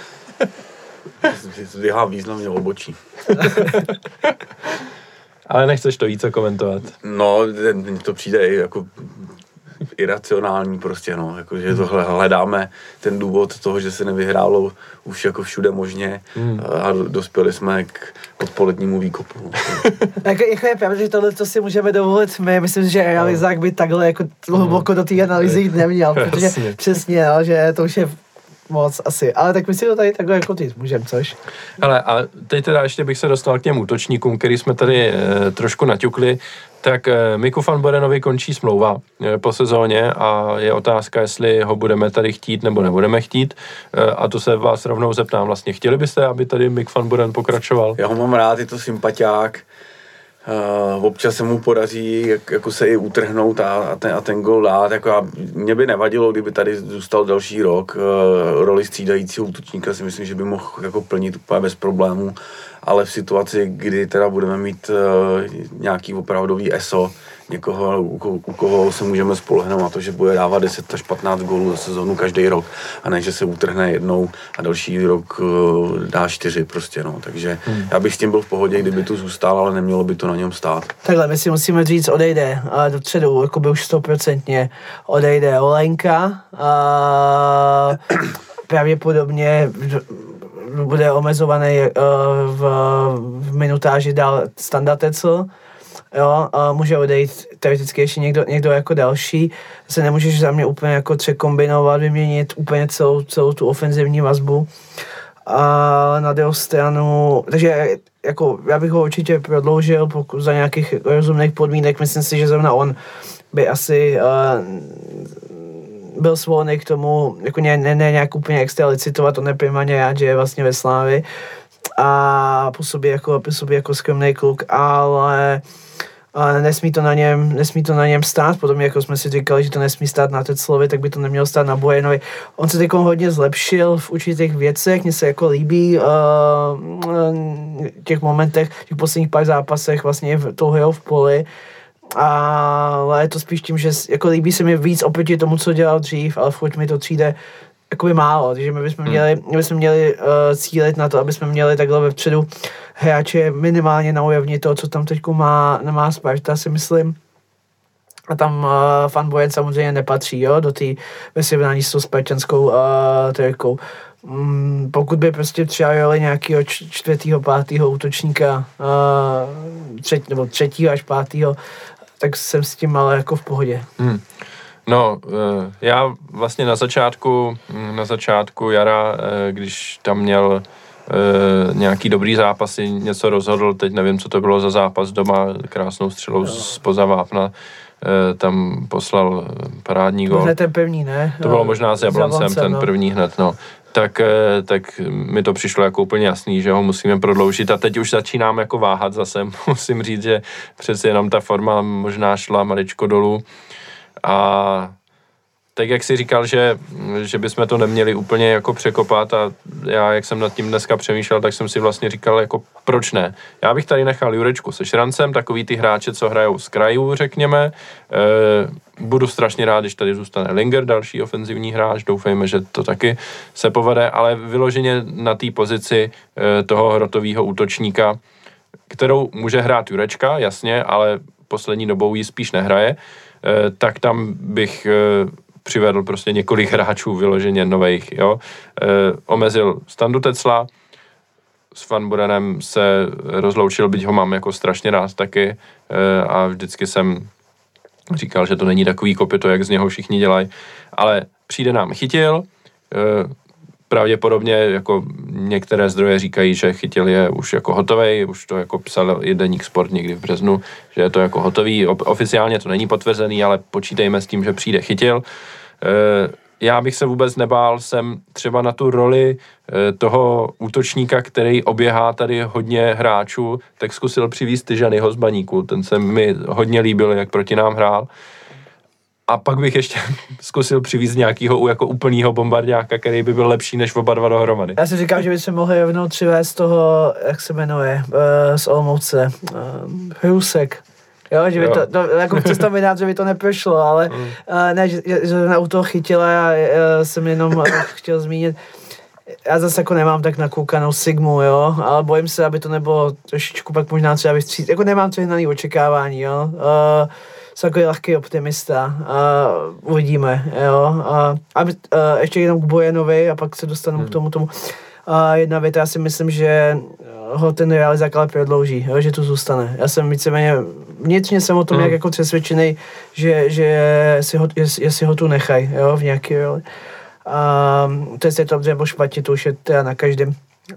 Zdvihá významně obočí. Ale nechceš to více komentovat. No, to přijde jako iracionální prostě, no, jakože tohle hledáme ten důvod toho, že se nevyhrálo už jako všude možně a dospěli jsme k odpolednímu výkopu. No. Jako je pravda, že tohle to si můžeme dovolit my, myslím, že realizák by takhle jako hluboko do té analýzy jít neměl, protože přesně, no, že to už je moc asi, ale tak my si to tady takhle jako ty můžeme, což? Hele, a teď teda ještě bych se dostal k těm útočníkům, který jsme tady trošku naťukli, tak Miku van Borenovi končí smlouva po sezóně a je otázka, jestli ho budeme tady chtít nebo nebudeme chtít a to se vás rovnou zeptám vlastně. Chtěli byste, aby tady Mik van Boren pokračoval? Já ho mám rád, je to sympatiák. Občas se mu podaří jako se i utrhnout a ten gol dát. Jako mě by nevadilo, kdyby tady zůstal další rok. Roli střídajícího útočníka si myslím, že by mohl jako plnit úplně bez problémů, ale v situaci, kdy teda budeme mít nějaký opravdový ESO, někoho, u koho se můžeme spolehnout na to, že bude dávat 10 až 15 gólů za sezónu každý rok a ne, že se utrhne jednou a další rok dá 4 prostě, no. Takže já bych s tím byl v pohodě, kdyby tu zůstal, ale nemělo by to na něm stát. Takhle, my si musíme říct, odejde dopředu, jako by už 100% odejde Olenka a pravděpodobně bude omezovaný v minutáži dál Standa Tecl. Jo, a může odejít teoreticky ještě někdo jako další. Se nemůžeš za mě úplně jako překombinovat, vyměnit úplně celou tu ofenzivní vazbu. A na druhou stranu, takže jako já bych ho určitě prodloužil za nějakých rozumných podmínek. Myslím si, že zrovna on by asi byl svolný k tomu, jako ne nějak úplně extra licitovat, on je primárně rád, že je vlastně ve Slávi a působí jako skromný kluk, ale nesmí to na něm stát, podobně jako jsme si říkali, že to nesmí stát na Teclovi, tak by to nemělo stát na Borenovi. On se teď hodně zlepšil v určitých věcech, mně se jako líbí těch momentech, těch posledních pár zápasech vlastně tou hrou v poli, ale je to spíš tím, že jako líbí se mi víc oproti tomu, co dělal dřív, ale furt mi to přijde jakoby málo, takže my bychom měli cílit na to, aby jsme měli takhle vepředu hráče minimálně na úrovni toho, co tam teď nemá Sparta, si myslím. A tam Fan Boyd samozřejmě nepatří, jo, do té ve srovnání s tou spartanskou trojkou. Pokud by prostě přijali nějakého 4., 5. útočníka, nebo 3. až 5., tak jsem s tím ale jako v pohodě. No, já vlastně na začátku jara, když tam měl nějaký dobrý zápasy, něco rozhodl, teď nevím, co to bylo za zápas doma, krásnou střelou spoza vápna, tam poslal parádní gól. To ten první, ne? To bylo možná s Jabloncem, ten první hned, no. Tak mi to přišlo jako úplně jasný, že ho musíme prodloužit a teď už začínám jako váhat zase, musím říct, že přeci jenom ta forma možná šla maličko dolů a tak jak jsi říkal, že bychom to neměli úplně jako překopat a já, jak jsem nad tím dneska přemýšlel, tak jsem si vlastně říkal, jako proč ne. Já bych tady nechal Jurečku se Šrancem, takový ty hráče, co hrajou z krajů, řekněme. Budu strašně rád, když tady zůstane Linger, další ofenzivní hráč, doufejme, že to taky se povede, ale vyloženě na té pozici toho hrotového útočníka, kterou může hrát Jurečka, jasně, ale poslední dobou ji spíš nehraje, tak tam bych přivedl prostě několik hráčů vyloženě nových, jo. Omezil Standu Tecla, s Van Burenem se rozloučil, byť ho mám jako strašně rád taky a vždycky jsem říkal, že to není takový kopyto, jak z něho všichni dělají, ale přijde nám Chytil, pravděpodobně jako některé zdroje říkají, že Chytil je už jako hotovej, už to jako psal i Deník Sport někdy v březnu, že je to jako hotový, oficiálně to není potvrzený, ale počítejme s tím, že přijde Chytil. Já bych se vůbec nebál sem třeba na tu roli toho útočníka, který oběhá tady hodně hráčů, tak zkusil přivést Tyžanyho z Baníku, ten se mi hodně líbil, jak proti nám hrál. A pak bych ještě zkusil přivést nějakýho jako úplnýho bombardáka, který by byl lepší než oba dva dohromady. Já si říkám, že by se mohli rovnou přivést toho, jak se jmenuje, z Olomouce, Hrusek. Jo, že by to jako představit, že by to neprošlo, ale ne, že u toho Chytila, já jsem jenom chtěl zmínit, já zase jako nemám tak nakoukanou Sigmu, jo, ale bojím se, aby to nebylo trošičku pak možná třeba vystříct, jako nemám přehnaný očekávání, jo, jsem takový lehký optimista, uvidíme, jo, ještě jenom k Bojenovi a pak se dostanu k tomu. Jedna věta, já si myslím, že ho ten realizák ale prodlouží, jo, že tu zůstane. Já jsem víceméně, vnitřně jsem o tom jak jako přesvědčený, že si ho tu nechají, jo, v nějaký roli. To je to dobře nebo špatně, to už je teda na každém.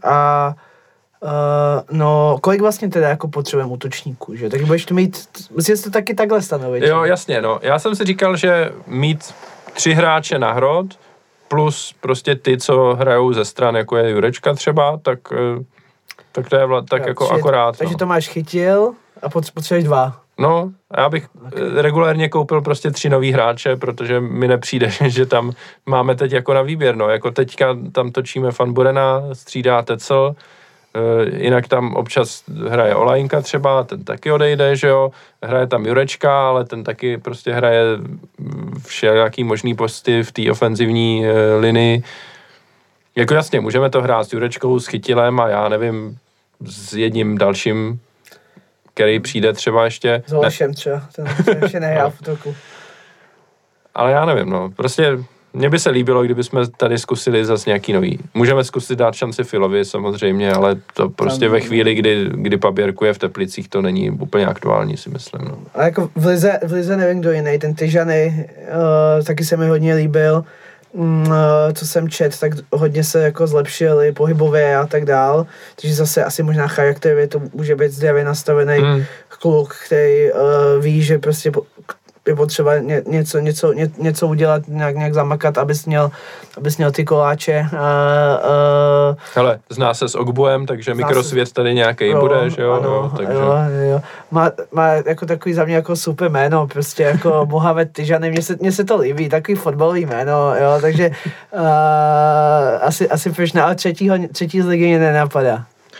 No, kolik vlastně teda jako potřebujeme útočníků, že? Tak budeš to mít, musíš to taky takhle stanovit. Jo, jasně, no. Já jsem si říkal, že mít 3 hráče na hrot, plus prostě ty, co hrajou ze stran, jako je Jurečka třeba, tak to je tak jako akorát. Takže to máš Chytil a potřebuješ 2. No, já bych regulérně koupil prostě 3 nový hráče, protože mi nepřijde, že tam máme teď jako na výběr, no. Jako teďka tam točíme Van Burena, střídá Tecel, jinak tam občas hraje Olajinka třeba, ten taky odejde, že jo, hraje tam Jurečka, ale ten taky prostě hraje všelijaký možný posty v té ofenzivní linii. Jako jasně, můžeme to hrát s Jurečkou, s Chytilem a já nevím, s jedním dalším, který přijde třeba ještě. S Olešem třeba, ten ještě nehrál v útoku. Ale já nevím, no, prostě mně by se líbilo, kdyby jsme tady zkusili zase nějaký nový. Můžeme zkusit dát šanci Filovi samozřejmě, ale to prostě ve chvíli, kdy Paběrku je v Teplicích, to není úplně aktuální, si myslím. No. A jako v lize nevím, kdo jiný, ten Tyžany taky se mi hodně líbil. Co jsem čet, tak hodně se jako zlepšili pohybově a tak dál. Takže zase asi možná charakterově to může být zdravě nastavený kluk, který ví, že prostě je potřeba něco udělat, nějak zamakat, abys měl ty koláče. Hele, zná se s Ogbuem, takže mikrosvět tady nějaký bude, že jo? Ano, takže... jo. Má jako takový za mě jako super jméno, prostě jako Mohamed Tyžany, mně se to líbí, takový fotbalový jméno, jo, takže asi proč ne, ale třetí z ligy mě nenapadá.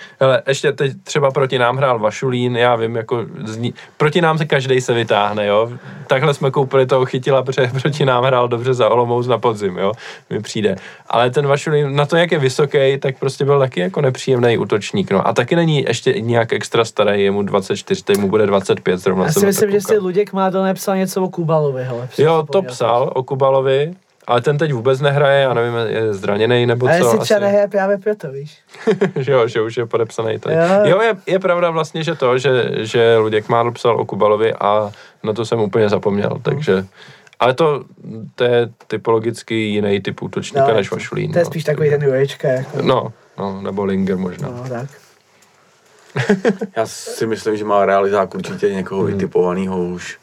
Hele, ještě teď třeba proti nám hrál Vašulín, já vím, jako proti nám se každej se vytáhne, jo. Takhle jsme koupili toho Chytila, protože proti nám hrál dobře za Olomouc na podzim, jo, mi přijde. Ale ten Vašulín, na to, jak je vysoký, tak prostě byl taky jako nepříjemný útočník, no. A taky není ještě nějak extra starý, je mu 24, teď mu bude 25 zrovna. Já si myslím, že si Luděk Mládl nepsal něco o Kubalovi, hele. Jo, to psal o Kubalovi. Ale ten teď vůbec nehraje, já nevím, je zraněný nebo co. A jestli třeba nehraje právě proto, víš. že už je podepsaný tady. Jo, je pravda vlastně, že že Luděk Mádl psal o Kubalovi a na to jsem úplně zapomněl, takže... Ale to je typologicky jiný typ útočníka než Vašulín. To je spíš takový ten Jurečka. Jako. No, nebo Linger možná. No, tak. Já si myslím, že má realizák určitě někoho vytipovaného už.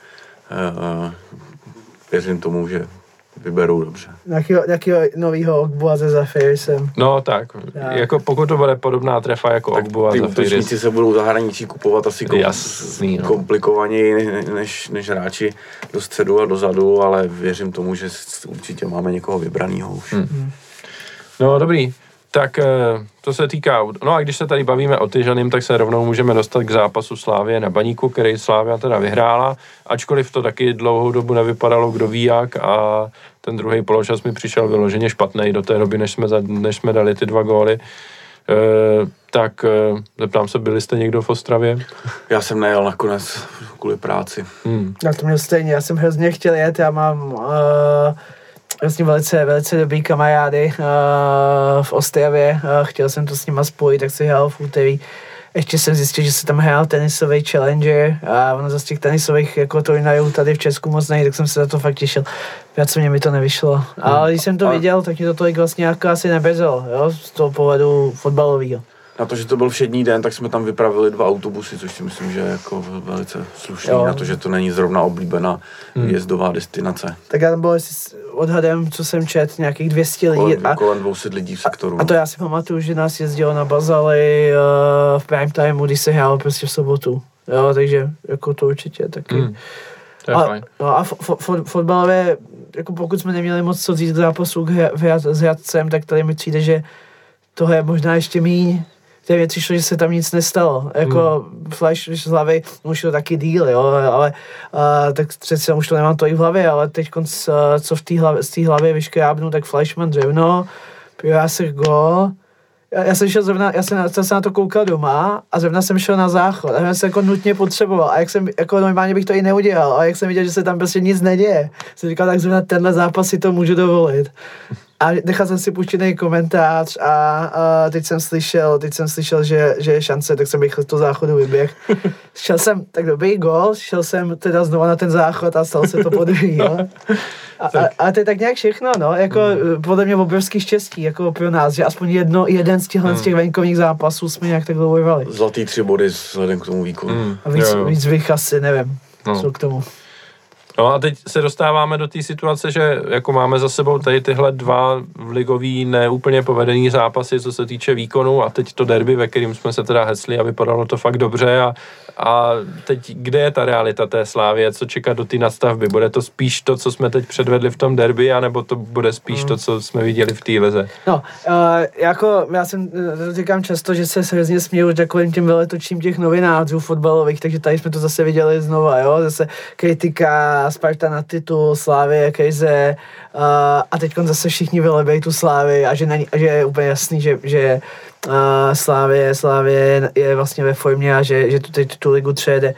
Věřím tomu, že vyberou dobře. Nějakýho novýho Ogbu a ze Zafirisem. No tak, jako pokud to bude podobná trefa jako Ogbu a Zafiris. Ty útočníci se budou zahraničí kupovat asi komplikovaněji než hráči do středu a dozadu, ale věřím tomu, že určitě máme někoho vybranýho už. No dobrý. Tak to se týká, no a když se tady bavíme o Tyžaným, tak se rovnou můžeme dostat k zápasu Slávie na Baníku, který Slávia teda vyhrála, ačkoliv to taky dlouhou dobu nevypadalo, kdo ví jak, a ten druhý poločas mi přišel vyloženě špatný do té doby, než jsme dali ty 2 góly. Tak zeptám se, byli jste někdo v Ostravě? Já jsem nejel nakonec kvůli práci. Já to měl stejně, já jsem hrozně chtěl jet, já mám... vlastně velice dobrý kamarády v Ostravě, chtěl jsem to s nima spojit, tak se hrál v úterý. Ještě jsem zjistil, že se tam hrál tenisový Challenger a ono z těch tenisových jako turnajů tady v Česku moc nejde, tak jsem se na to fakt těšil. Pracovně mi to nevyšlo. Ale když jsem to viděl, tak mi to tolik vlastně jako asi nebezelo, jo, z toho pohledu fotbalového. Na to, že to byl všední den, tak jsme tam vypravili 2 autobusy, což si myslím, že je jako velice slušný, na to, že to není zrovna oblíbená výjezdová destinace. Tak já tam bylo odhadem, co jsem čet, nějakých 200 lidí. Kolem 200 lidí v sektoru. A to já si pamatuju, že nás jezdilo na Bazali v prime timeu, když se hrálo prostě v sobotu. Jo, takže jako to určitě taky. To je fajn. No a fotbalově, jako pokud jsme neměli moc co říct k zápasu s Hradcem, tak tady mi přijde, že toho je možná ještě míň. Té mě přišlo, že se tam nic nestalo. Jako Flash z hlavy, už to taky díl, jo, ale tak přece už to nemám tolik v hlavě, ale teď co z té hlavy vyškrábnu, tak Flashman dřevno, Pirásek gól. Já jsem šel zrovna, já jsem na to koukal doma a zrovna jsem šel na záchod a já jsem jako nutně potřeboval a jak jsem, jako normálně bych to i neudělal, a jak jsem viděl, že se tam prostě nic neděje, jsem říkal, tak zrovna tenhle zápas si to můžu dovolit. A nechal jsem si puštěný komentář a teď jsem slyšel, že je šance, tak jsem rychle z toho záchodu vyběh. Šel jsem, tak dobrý gól, šel jsem teda znovu na ten záchod a stalo se to podruhý, jo. A to je tak nějak všechno, no, jako podle mě obrovský štěstí, jako pro nás, že aspoň jeden z těch venkovních zápasů jsme nějak tak dlouho vyvali. Zlatý 3 body vzhledem k tomu výkonu. A víc bych asi, nevím, co k tomu. No a teď se dostáváme do té situace, že jako máme za sebou tady tyhle 2 ligový neúplně povedený zápasy, co se týče výkonu, a teď to derby, ve kterým jsme se teda hecli a vypadalo to fakt dobře, a teď kde je ta realita té Slávie, co čekat do té nadstavby? Bude to spíš to, co jsme teď předvedli v tom derby, anebo to bude spíš to, co jsme viděli v té lize? No, jako já jsem říkám často, že se hrozně směju takovým těm veletočím těch novinářů fotbalových, takže tady jsme to zase viděli znova, jo, zase kritika Sparta na titul, Slávie, Kejze, a teď zase všichni vylebějí tu Slávii a že je úplně jasný, že Slávie je vlastně ve formě a že tu ligu přejede.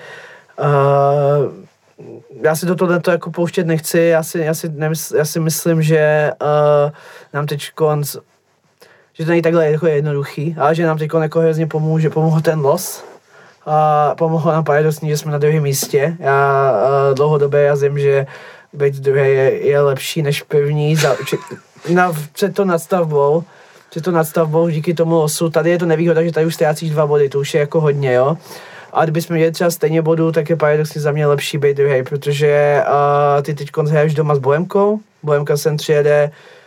Já si do tohoto jako pouštět nechci, já si myslím, že nám teď že to není takhle jako jednoduchý, ale že nám teď jako hrozně pomohl ten los. Pomohlo nám paradoxně, že jsme na druhém místě. Já dlouhodobě jazím, že být druhý je lepší než první před to nadstavbou díky tomu losu. Tady je to nevýhoda, že tady už ztrácíš 2 body, to už je jako hodně, jo. A kdybychom měli třeba stejně bodů, tak je paradoxně za mě lepší být druhý, protože ty teď hraješ doma s Bohemkou. Bohemka sem přijede,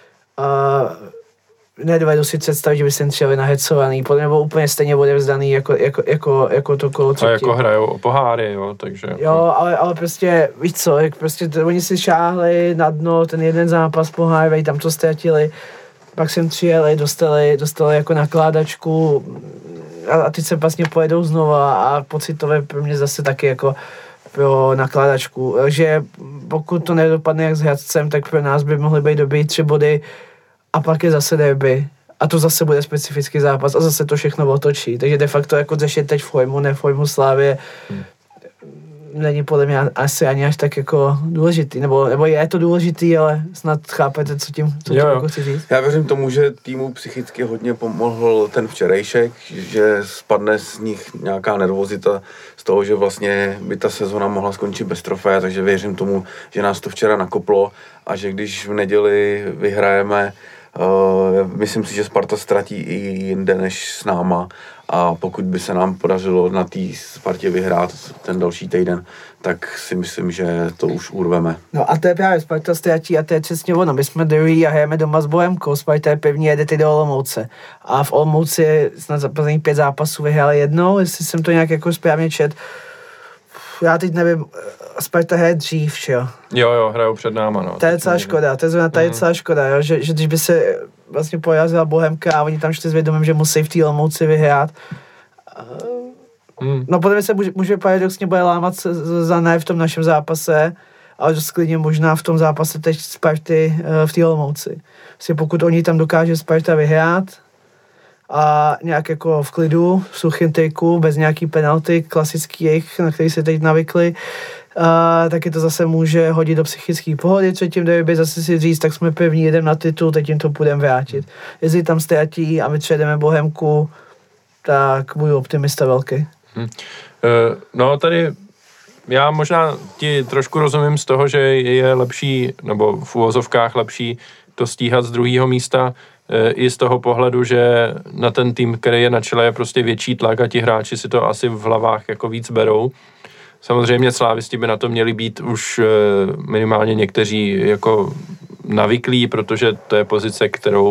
nedovedu si představit, že by se přijeli nahecovaný, nebo úplně stejně odevzdaný jako to kolo třetí. A jako hrajou o poháry, jo, takže... Jo, ale prostě, víš co, jak prostě oni si šáhli na dno, ten jeden zápas pohár, tam to ztratili, pak sem přijeli, dostali jako nakládačku, a teď se vlastně pojedou znova a pocitové pro mě zase taky jako pro nakladačku, že pokud to nedopadne jak s Hradcem, tak pro nás by mohly být dobrý 3 body a pak je zase derby. A to zase bude specifický zápas a zase to všechno otočí. Takže de facto jako řešit teď formu, ne formu Slávě, není podle mě asi ani až tak jako důležitý. Nebo je to důležitý, ale snad chápete, co tím jako chci říct. Já věřím tomu, že týmu psychicky hodně pomohl ten včerejšek, že spadne z nich nějaká nervozita z toho, že vlastně by ta sezona mohla skončit bez trofeje, takže věřím tomu, že nás to včera nakoplo a že když v neděli vyhrajeme, myslím si, že Sparta ztratí i jinde než s náma a pokud by se nám podařilo na té Spartě vyhrát ten další týden, tak si myslím, že to už urveme. No a to je právě Sparta ztratí a to je přesně ono. My jsme druhý a hrajeme doma s Bohemkou. Sparta je pevně, jede ty do Olomouce. A v Olomouci je snad za posledních 5 zápasů vyhráli jednou, jestli jsem to nějak jako správně čet. Já teď nevím, Sparta hraje dřív, jo? Jo, hrajou před náma, no. To je celá škoda, to je zrovna tady celá škoda, jo? Že když by se vlastně porazila Bohemka a oni tam šli s vědomím, že musí v té Olomouci vyhrát. No podle mě se může paradoxně bude lámat za ne v tom našem zápase, ale dost klidně možná v tom zápase teď Sparty v té Olomouci. Vlastně pokud oni tam dokáže Sparta vyhrát a nějak jako v klidu, v suchém triku, bez nějaký penalty klasických, na který se teď navykli, taky to zase může hodit do psychické pohody třetím derby, zase si říct, tak jsme první, jedeme na titul, teď jim to půjdeme vrátit. Jestli tam ztratí a my předeme Bohemku, tak budu optimista velký. No tady já možná ti trošku rozumím z toho, že je lepší, nebo v uvozovkách lepší to stíhat z druhého místa, i z toho pohledu, že na ten tým, který je na čele, je prostě větší tlak a ti hráči si to asi v hlavách jako víc berou. Samozřejmě slávisti by na to měli být už minimálně někteří jako navyklí, protože to je pozice,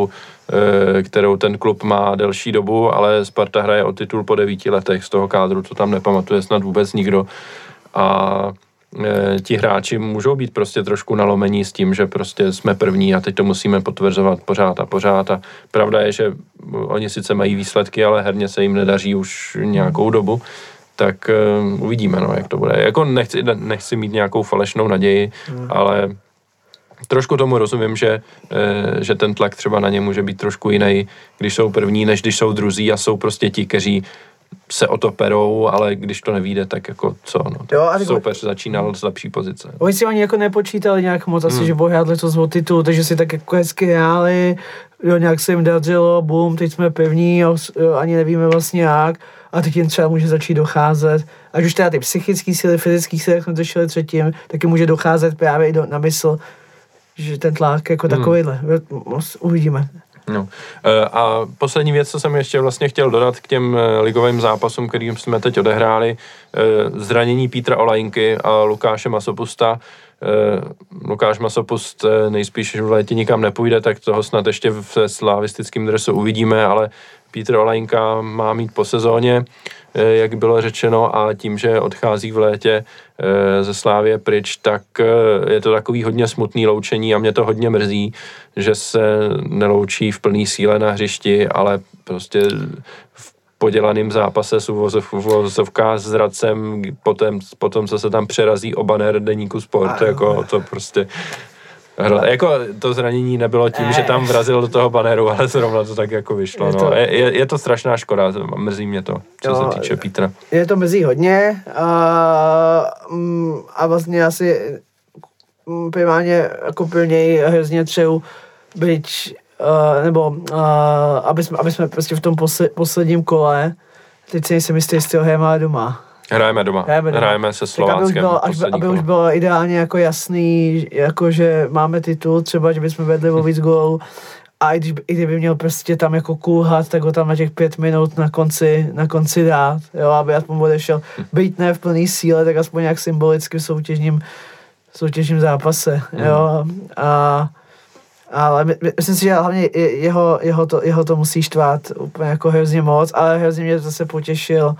kterou ten klub má delší dobu, ale Sparta hraje o titul po 9 letech z toho kádru, to tam nepamatuje snad vůbec nikdo. A ti hráči můžou být prostě trošku nalomení s tím, že prostě jsme první a teď to musíme potvrzovat pořád a pravda je, že oni sice mají výsledky, ale herně se jim nedaří už nějakou dobu, tak uvidíme, no, jak to bude. Jako nechci mít nějakou falešnou naději, ale trošku tomu rozumím, že ten tlak třeba na ně může být trošku jiný, když jsou první, než když jsou druzí a jsou prostě ti, kteří se o to perou, ale když to nevíde, tak jako co, no. Jo, soupeř začínal z lepší pozice. Oni si ani jako nepočítali nějak moc, asi, že bohát letos o titul, takže si tak jako hezky hráli, jo, nějak se jim dařilo, bum, teď jsme pevní, jo, ani nevíme vlastně jak, a teď jim třeba může začít docházet, ať už teda ty psychické síly, fyzické síly, jak jsme došli třetím, taky může docházet právě i na mysl, že ten tlak jako takovýhle, uvidíme. No. A poslední věc, co jsem ještě vlastně chtěl dodat k těm ligovým zápasům, kterým jsme teď odehráli, zranění Petra Olajinky a Lukáše Masopusta. Lukáš Masopust nejspíš v létě nikam nepůjde, tak toho snad ještě v slavistickém dresu uvidíme, ale Petr Olajinka má mít po sezóně, jak bylo řečeno, a tím, že odchází v létě ze Slávie pryč, tak je to takový hodně smutný loučení a mě to hodně mrzí, že se neloučí v plný síle na hřišti, ale prostě v podělaném zápase s uvozovkách s Hradcem, potom co se tam přerazí o banner deníku Sport, jako to prostě... Jako to zranění nebylo tím, že tam vrazil do toho banéru, ale zrovna to tak jako vyšlo. Je to strašná škoda, mrzí mě to, co se týče Petra. Je to mrzí hodně a vlastně asi primárně jako pro něj hrozně třehu byť, aby jsme prostě v tom posledním kole, teď si nejsem jistý, jestli ho hrajeme doma. Hrajeme se Slováckem. Aby už bylo ideálně jako jasný, jako že máme titul, třeba, že bychom vedli o víc gólů a i kdyby měl prostě tam jako kulhat, tak ho tam na těch 5 minut na konci dát, jo, aby aspoň odešel, být ne v plný síle, tak aspoň nějak symbolicky v soutěžním zápase, jo, ale myslím si, že hlavně jeho to musí štvát úplně jako hrozně moc, ale hrozně mě zase potěšil,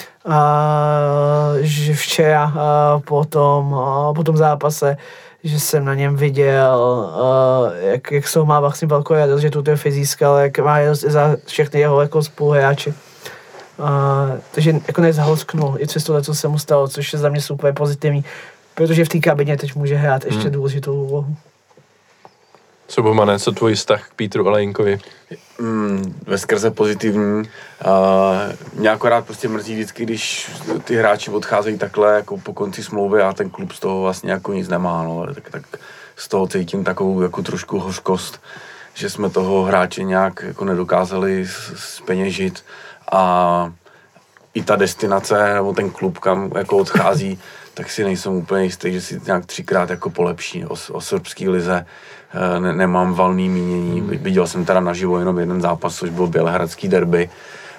že včera po tom zápase, že jsem na něm viděl, jak se ho má vlastně velkou radost, že tuto fyzíska, ale jak má radost za všechny jeho jako spoluhráči. Takže jako nezhosknul i přes tohle, co se mu stalo, což je za mě super pozitivní, protože v té kabině teď může hrát ještě důležitou úlohu. Subomane, co tvůj vztah k Pítru Olejnkovi? Veskrze pozitivní. Mě akorát prostě mrzí vždycky, když ty hráči odcházejí takhle jako po konci smlouvy a ten klub z toho vlastně jako nic nemá, no, tak z toho cítím takovou jako trošku hořkost, že jsme toho hráče nějak jako nedokázali zpeněžit a i ta destinace nebo ten klub, kam jako odchází, tak si nejsem úplně jistý, že si nějak 3krát jako polepší. O srbský lize nemám valný mínění. Viděl jsem teda naživo jenom jeden zápas, což byl bělehradský derby.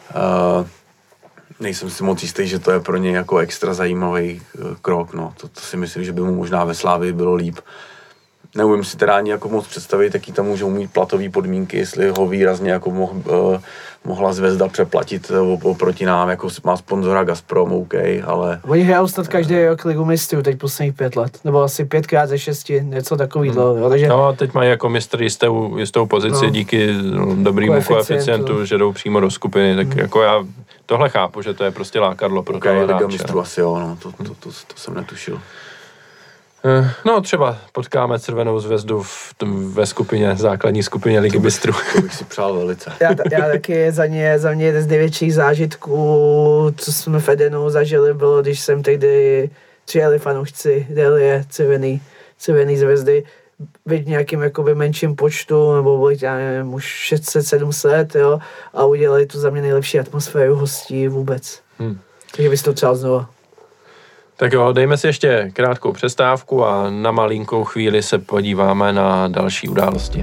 Nejsem si moc jistý, že to je pro něj jako extra zajímavý krok. No. To si myslím, že by mu možná ve Slávii bylo líp. Neumím si teda ani jako moc představit, jaký tam můžou mít platové podmínky, jestli ho výrazně jako mohla Zvezda přeplatit oproti nám, jako má sponzora Gazprom, OK, ale... Oni hrajou snad každý rok Ligu mistrů, teď posledních 5 let, nebo asi 5krát ze 6, něco takového. Takže... No, teď mají jako mistr jistou pozici díky dobrýmu koeficientu, že jdou přímo do skupiny, tak jako já tohle chápu, že to je prostě lákadlo pro toho hráče. Liga mistrů asi jo, no, to jsem netušil. No, třeba potkáme Červenou Zvezdu ve skupině, základní skupině Ligy mistrů. To bych si přál velice. Já taky za mě jeden z největších zážitků, co jsme v Edenu zažili, bylo, když jsem tehdy přijeli fanoušci Delie Červený Zvezdy, být nějakým jakoby menším počtu, nebo být, já nevím, už 600-700, jo, a udělali tu za mě nejlepší atmosféru hostí vůbec. Takže bys to přál znova. Tak jo, dejme si ještě krátkou přestávku a na malinkou chvíli se podíváme na další události.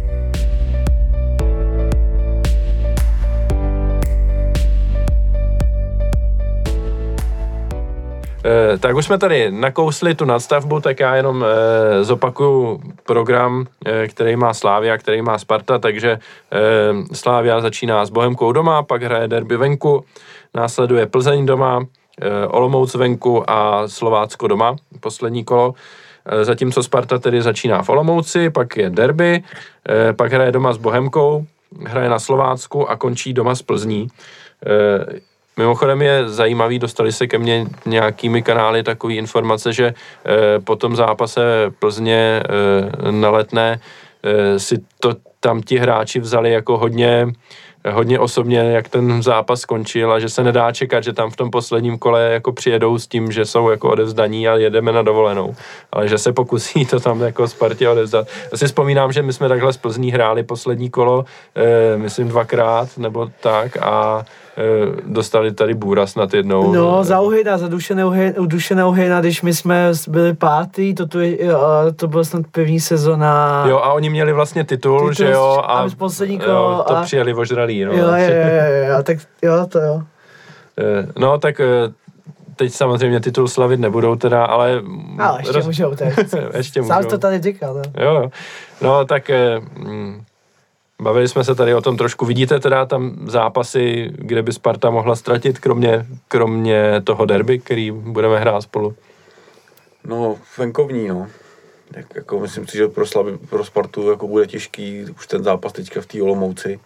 Tak už jsme tady nakousli tu nadstavbu, tak já jenom zopakuju program, který má Slavia, který má Sparta, takže Slavia začíná s Bohemkou doma, pak hraje derby venku, následuje Plzeň doma, Olomouc venku a Slovácko doma, poslední kolo. Zatímco Sparta tedy začíná v Olomouci, pak je derby, pak hraje doma s Bohemkou, hraje na Slovácku a končí doma s Plzní. Mimochodem je zajímavý, dostali se ke mně nějakými kanály takové informace, že po tom zápase Plzně na Letné si to tam ti hráči vzali jako hodně osobně, jak ten zápas skončil a že se nedá čekat, že tam v tom posledním kole jako přijedou s tím, že jsou jako odevzdaní a jedeme na dovolenou, ale že se pokusí to tam jako Spartě odevzdat. Já si vzpomínám, že my jsme takhle z Plzní hráli poslední kolo, myslím 2krát nebo tak a dostali tady bůra snad jednou. No, za Uhejna, za Dušena Uhejna, když my jsme byli pátý, to byla snad první sezona. Jo, a oni měli vlastně titul že jo, a poslední kolo to přijeli ožralí, no. Jo, tak jo, to jo. No, tak teď samozřejmě titul slavit nebudou teda, ale... Ale ještě můžou, tak. Ještě můžou. Sám to tady říkal, no. Jo, no, tak... Bavili jsme se tady o tom trošku. Vidíte teda tam zápasy, kde by Sparta mohla ztratit, kromě toho derby, který budeme hrát spolu? No, venkovní, no. Jako myslím si, že pro Spartu jako bude těžký už ten zápas teďka v té Olomouci.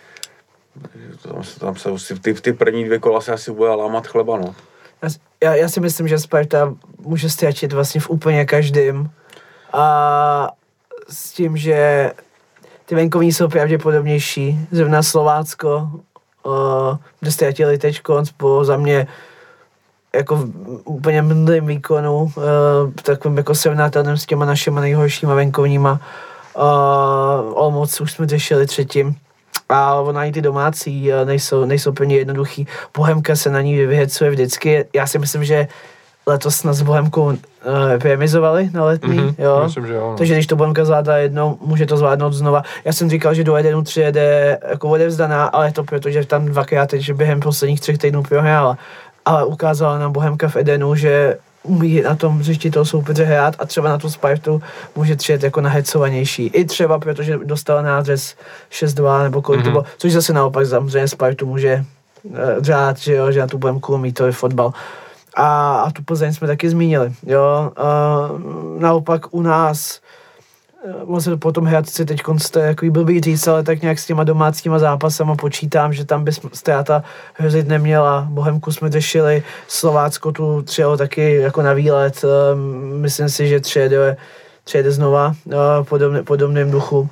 Tam se v ty první 2 kola se asi bude lámat chleba, no. Já si myslím, že Sparta může ztratit vlastně v úplně každém. A s tím, že ty venkovní jsou pravděpodobnější. Zrovna Slovácko, kde ztratili teď konc po za mě jako úplně mdlým výkonu, takovým jako srovnatelným s těma našima nejhoršíma venkovníma. Olomouc už jsme řešili třetím. A ona i ty domácí nejsou plně jednoduchý. Bohemka se na ní vyhecuje vždycky. Já si myslím, že letos nás s Bohemkou premizovali na Letný, jo. Myslím, že jo. Takže když to Bohemka zvládá jednou, může to zvládnout znova. Já jsem říkal, že do Edenu přijede jako odevzdaná, ale to proto, že tam 2krát teď během posledních 3 týdnů prohrála. Ale ukázala nám Bohemka v Edenu, že umí na tom hřišti toho soupeře hrát a třeba na tu Spartu může přijet jako nahecovanější. I třeba protože dostala nářez 6-2 nebo kolik to bylo, což zase naopak samozřejmě Spartu může řád, že jo, že na tu Bohemku umí, to je fotbal. A tu Plzeň jsme taky zmínili, jo. Naopak u nás musel potom Hradci teď to je takový blbý říct, ale tak nějak s těma domácíma zápasama počítám, že tam by ztráta hrozit neměla. Bohemku jsme řešili, Slovácko tu přijelo taky jako na výlet, myslím si, že přijede znova podobném duchu.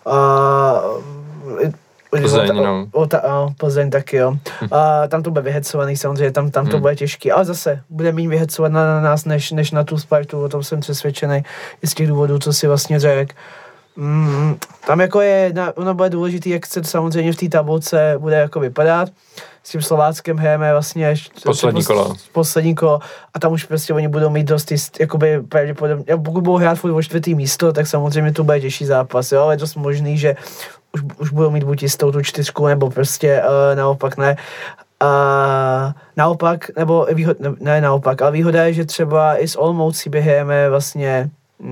Plzeň, no. Plzeň taky, jo. Tam to bude vyhecovaný, samozřejmě, tam to bude těžký, ale zase bude méně vyhecovat na nás, než na tu Spartu, o tom jsem přesvědčený i z těch důvodů, co si vlastně řekl. Tam jako ono bude důležitý, jak se to samozřejmě v té tabulce bude jako vypadat. S tím Slováckem hrajeme vlastně poslední kolo a tam už prostě oni budou mít dost jakoby pravděpodobně, pokud budou hrát furt o 4. místo, tak samozřejmě to bude těžší zápas, jo, ale je dost možný, že už budou mít buď jistou tu 4, nebo prostě naopak ne. Naopak, nebo ne naopak, ale výhoda je, že třeba i s Olomoucí běháme vlastně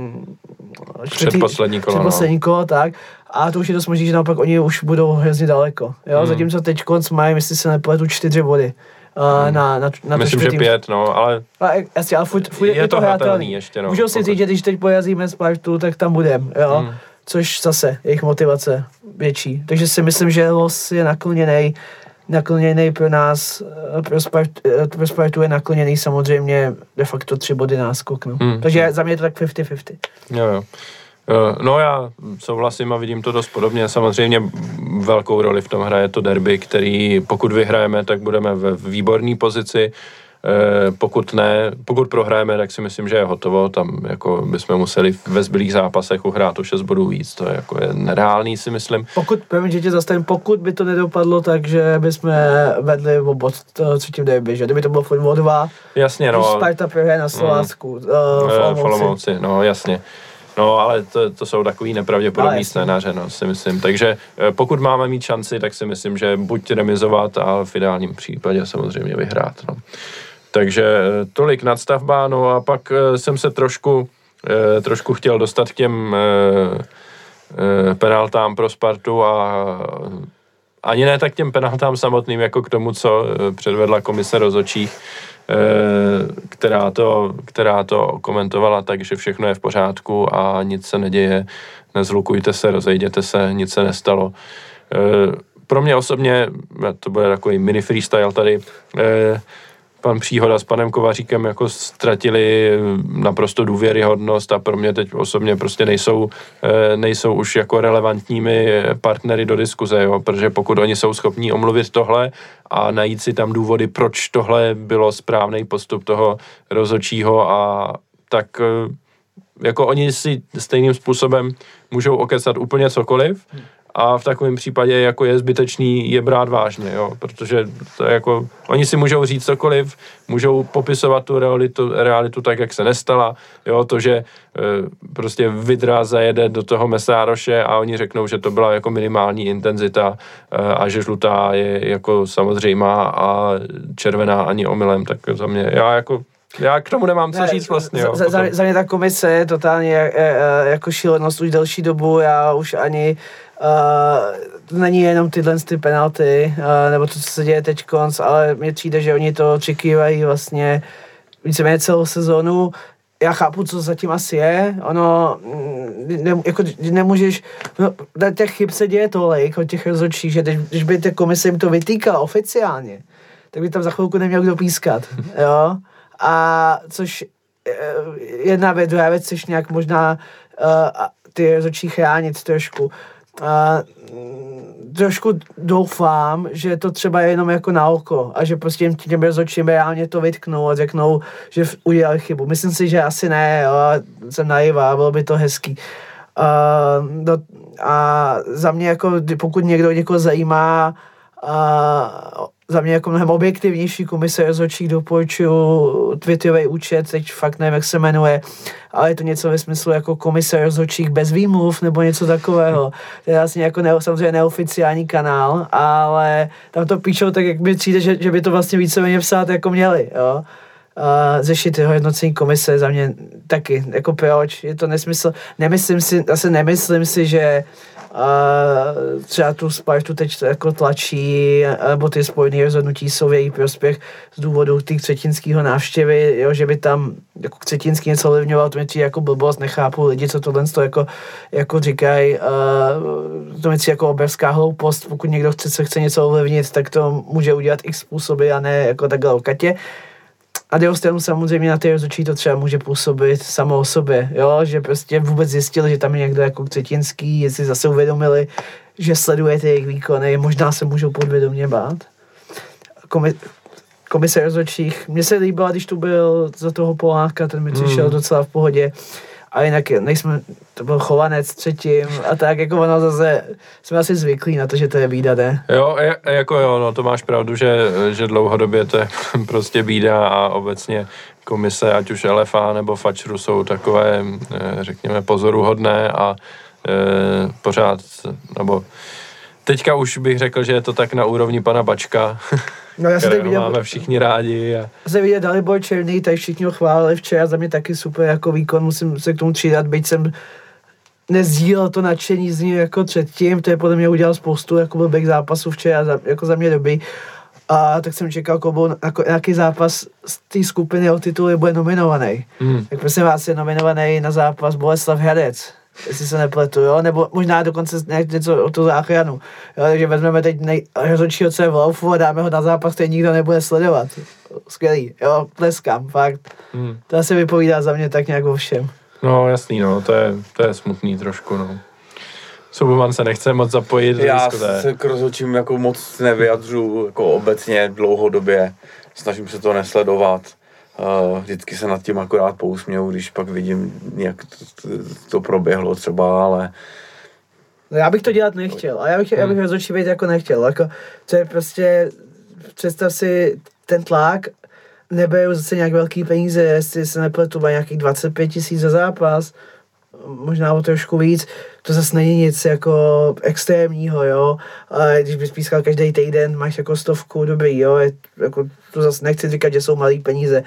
předposlední kolo, tak. A to už je dost možný, že naopak oni už budou hrozně daleko. Jo? Zatímco teď mají, jestli se nepletu, 4 body. Na myslím, že 5, no, ale... Jasně, ale furt je to hratelný. Ještě, no. Můžou si říct, že když teď porazíme Spartu, tak tam budeme, jo. Což zase jejich motivace větší. Takže si myslím, že los je nakloněný pro nás, pro Spartu je nakloněný samozřejmě de facto 3 body náskok, no. Takže za mě je to tak 50-50. Jo. No já souhlasím a vidím to dost podobně. Samozřejmě velkou roli v tom hraje to derby, který pokud vyhrajeme, tak budeme ve výborné pozici. Pokud prohrajeme, tak si myslím, že je hotovo. Tam jako bychom museli ve zbylých zápasech uhrát o 6 bodů víc. To je jako nereálný, si myslím. Pokud by to nedopadlo, takže bychom vedli o bod třetím derby, že? Kdyby to bylo furt o 2. Jasně, no. Sparta prohraje na Slovácku. V Olomouci, no jasně. No, ale to jsou takový nepravděpodobný scénáře, no, si myslím. Takže pokud máme mít šanci, tak si myslím, že buď remizovat a v ideálním případě samozřejmě vyhrát, no. Takže tolik nadstavba, no a pak jsem se trošku chtěl dostat k těm penaltám pro Spartu a ani ne tak k těm penaltám samotným, jako k tomu, co předvedla komise rozhodčích, která to komentovala tak, že všechno je v pořádku a nic se neděje, nezhlukujte se, rozejděte se, nic se nestalo. Pro mě osobně, to bude takový mini freestyle tady, pan Příhoda s panem Kovaříkem jako ztratili naprosto důvěryhodnost a pro mě teď osobně prostě nejsou už jako relevantními partnery do diskuze, jo? Protože pokud oni jsou schopní omluvit tohle a najít si tam důvody, proč tohle bylo správný postup toho rozhodčího, a tak jako oni si stejným způsobem můžou okecat úplně cokoliv, a v takovém případě jako je zbytečný je brát vážně, jo, protože to jako, oni si můžou říct cokoliv, můžou popisovat tu realitu tak, jak se nestala, jo, to, že prostě Vydra zajede do toho Mesároše a oni řeknou, že to byla jako minimální intenzita a že žlutá je jako samozřejmá a červená ani omylem, tak za mě, já k tomu nemám co říct vlastně. Jo, za mě ta komise je totálně jako šílenost už delší dobu, já už ani není jenom tyhle penalty, nebo to, co se děje teďkonc, ale mně přijde, že oni to očekývají vlastně víceméně celou sezonu. Já chápu, co zatím asi je, ono, jako nemůžeš, těch chyb se děje tolik od těch rozhodčích, že když by ta komise jim to vytýkala oficiálně, tak by tam za chvilku neměl kdo pískat, jo? A což jedna věc, druhá věc, což nějak možná ty rozhodčí chránit trošku. Trošku doufám, že to třeba je jenom jako na oko a že prostě těm rozhodčím reálně to vytknou a řeknou, že udělali chybu. Myslím si, že asi ne, jo, jsem naivá, bylo by to hezký. A za mě jako, pokud někoho zajímá, za mě jako mnohem objektivnější komise rozhodčích doporučuju Twitterový účet, teď fakt nevím, jak se jmenuje, ale je to něco ve smyslu jako komise rozhodčích bez výmluv nebo něco takového. To je vlastně jako samozřejmě neoficiální kanál, ale tam to píšou tak, jak by přijde, že by to vlastně víceméně psát jako měli, jo. Řešit jeho jednocení komise za mě taky, jako proč, je to nesmysl. Nemyslím si, že třeba tu Spartu teď jako tlačí, nebo ty spojené rozhodnutí jsou v její prospěch z důvodu těch třetínského návštěvy, jo, že by tam jako Třetínský něco ovlivňoval, to mi přijde jako blbost, nechápu lidi, co tohle jako říkají, to mi přijde jako obrovská hloupost, pokud někdo chce něco ovlivnit, tak to může udělat x způsoby a ne jako takhle o Katě. A druhou stranu samozřejmě na ty rozhodčí to třeba může působit samo o sobě, jo, že prostě vůbec zjistili, že tam je někdo jako Třetínský, jestli zase uvědomili, že sledujete jejich výkony, možná se můžou podvědomě bát. Komise rozhodčích, mně se líbila, když tu byl za toho Poláka, ten mi přišel docela v pohodě. A jinak nejsme, to byl Chovanec třetím a tak, jako ono zase, jsme asi zvyklí na to, že to je bída, ne? Jo, jako jo, no to máš pravdu, že dlouhodobě to je prostě bída a obecně komise, ať už LFA nebo Fačru jsou takové, řekněme, pozoruhodné a pořád, nebo teďka už bych řekl, že je to tak na úrovni pana Bačka, no, já kterého máme všichni rádi. Já jsem viděl Dalibor Černý, tady všichni ho chválili včera, za mě taky super jako výkon, musím se k tomu přidat, byť jsem nezdílel to nadšení z něj jako předtím, to je podle mě udělal spoustu jako blbých zápasů včera, jako za mě dobrý. A tak jsem čekal, jako nějaký zápas z té skupiny o tituly bude nominovaný. Tak prosím vás, je nominovaný na zápas Boleslav Hradec, jestli se nepletu, jo, nebo možná dokonce něco o tu záchranu. Jo, takže vezmeme teď rozhodčího, co je v Laufu a dáme ho na zápas, který nikdo nebude sledovat. Skvělý, jo, tleskám, fakt. To asi vypovídá za mě tak nějak o všem. No jasný, no, to je smutný trošku, no. Suboman se nechce moc zapojit. Já se k rozhodčím jako moc nevyjadřu, jako obecně dlouhodobě, snažím se to nesledovat. Vždycky se nad tím akorát pousměju, když pak vidím, jak to proběhlo třeba, ale... No já bych to dělat nechtěl, a já bych rozhodčí být jako nechtěl, jako, to je prostě, představ si ten tlak, neberou zase nějak velký peníze, jestli se nepletu, má nějakých 25 000 za zápas, možná o trošku víc, to zase není nic jako extrémního, jo, ale když bys pískal každý týden, máš jako 100, dobrý, jo, jako, to zase nechci říkat, že jsou malý peníze,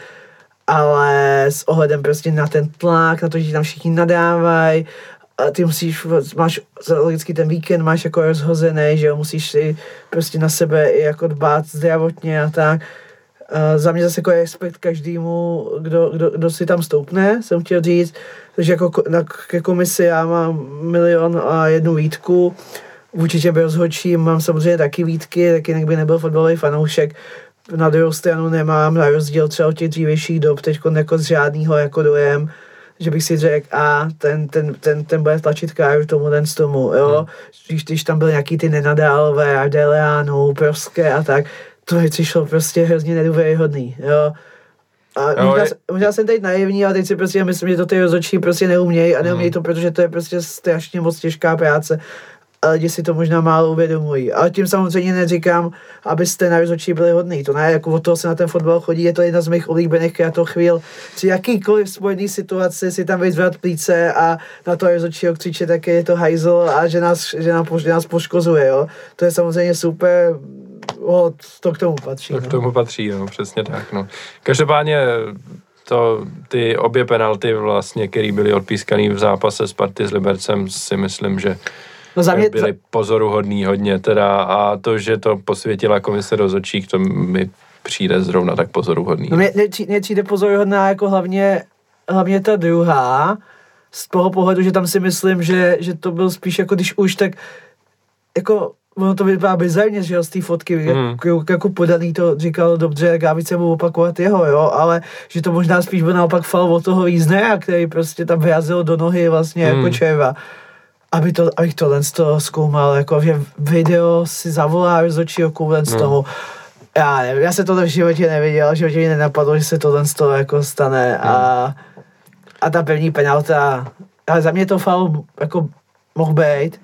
ale s ohledem prostě na ten tlak, na to, že ti tam všichni nadávají, a ty máš logicky ten víkend máš jako rozhozený, že jo, musíš si prostě na sebe i jako dbát zdravotně a tak. Za mě zase jako respekt každému, kdo si tam stoupne, jsem chtěl říct, takže jako ke komisi já mám 1,1 výtku, vůči těm rozhodčím mám samozřejmě taky výtky, tak jinak by nebyl fotbalový fanoušek. Na druhou stranu nemám na rozdíl třeba od těch dřívějších dob teď jako z žádnýho jako dojem, že bych si řekl, ten bude tlačit káru tomu, jo. Když tam byl nějaký ty Nenadálové, Ardeleanu, Proské a tak, to mi přišlo prostě hrozně nedůvěryhodný, jo. A možná jsem teď naivní, ale teď si prostě myslím, že to ty rozhodčí prostě neumějí a neumějí to, protože to je prostě strašně moc těžká práce. A lidi si to možná málo uvědomují. Ale tím samozřejmě neříkám, abyste na rozhodčí byli hodný. To ne, jako od toho se na ten fotbal chodí, je to jedna z mých oblíbených chvíl. Při jakýkoliv spojený situaci si tam vyzvat plíce a na to rozhodčího křiče, tak je to hajzl a že nás poškozuje, jo. To je samozřejmě super, to k tomu patří. To k tomu patří, no, přesně tak, no. Každopádně ty obě penalty vlastně, které byly odpískané v zápase Sparty s Libercem, si myslím, že byly pozoruhodný hodně teda a to, že to posvětila komise rozhodčích, to mi přijde zrovna tak pozoruhodný. No mě přijde pozoruhodná jako hlavně ta druhá, z toho pohledu, že tam si myslím, že to byl spíš jako když už tak jako ono to vypadá bizarně, že jo, z té fotky, jako podaný to říkal dobře, jak já víc budu opakovat jeho, jo, ale že to možná spíš byl naopak faul od toho Víznera, který prostě tam vyrazil do nohy vlastně jako červa. Abych tohle z toho zkoumal, jako že video si zavolá rozhodčího kůlen z toho. Já nevím, já se tohle v životě neviděl, v životě mi nenapadlo, že se tohle z toho jako stane a ta první penalta, ale za mě to faul jako mohl být,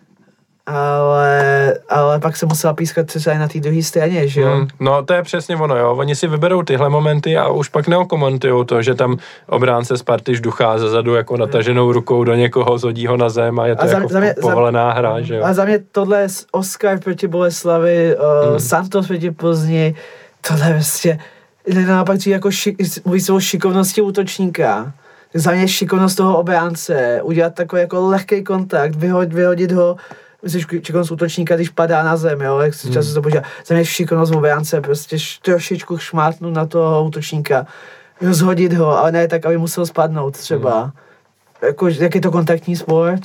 ale pak se musela pískat třeba i na té druhé straně, že jo? No to je přesně ono, jo. Oni si vyberou tyhle momenty a už pak neokomentujou to, že tam obránce Sparty žduchá zezadu jako nataženou rukou do někoho, zhodí ho na zem a je to jako povolená hra, že jo? A za mě tohle je Oscar proti Boleslavi, Santos proti Plzni, tohle vlastně naopak jako mluví se o šikovnosti útočníka. za mě šikovnost toho obránce, udělat takový jako lehký kontakt, vyhodit ho, myslíš šikovnost útočníka, když padá na zem, jo, jak se často to počítá. Za mě šikovnost obránce, prostě trošičku šmátnout na toho útočníka, rozhodit ho, ale ne tak, aby musel spadnout třeba. Jako, jak je to kontaktní sport.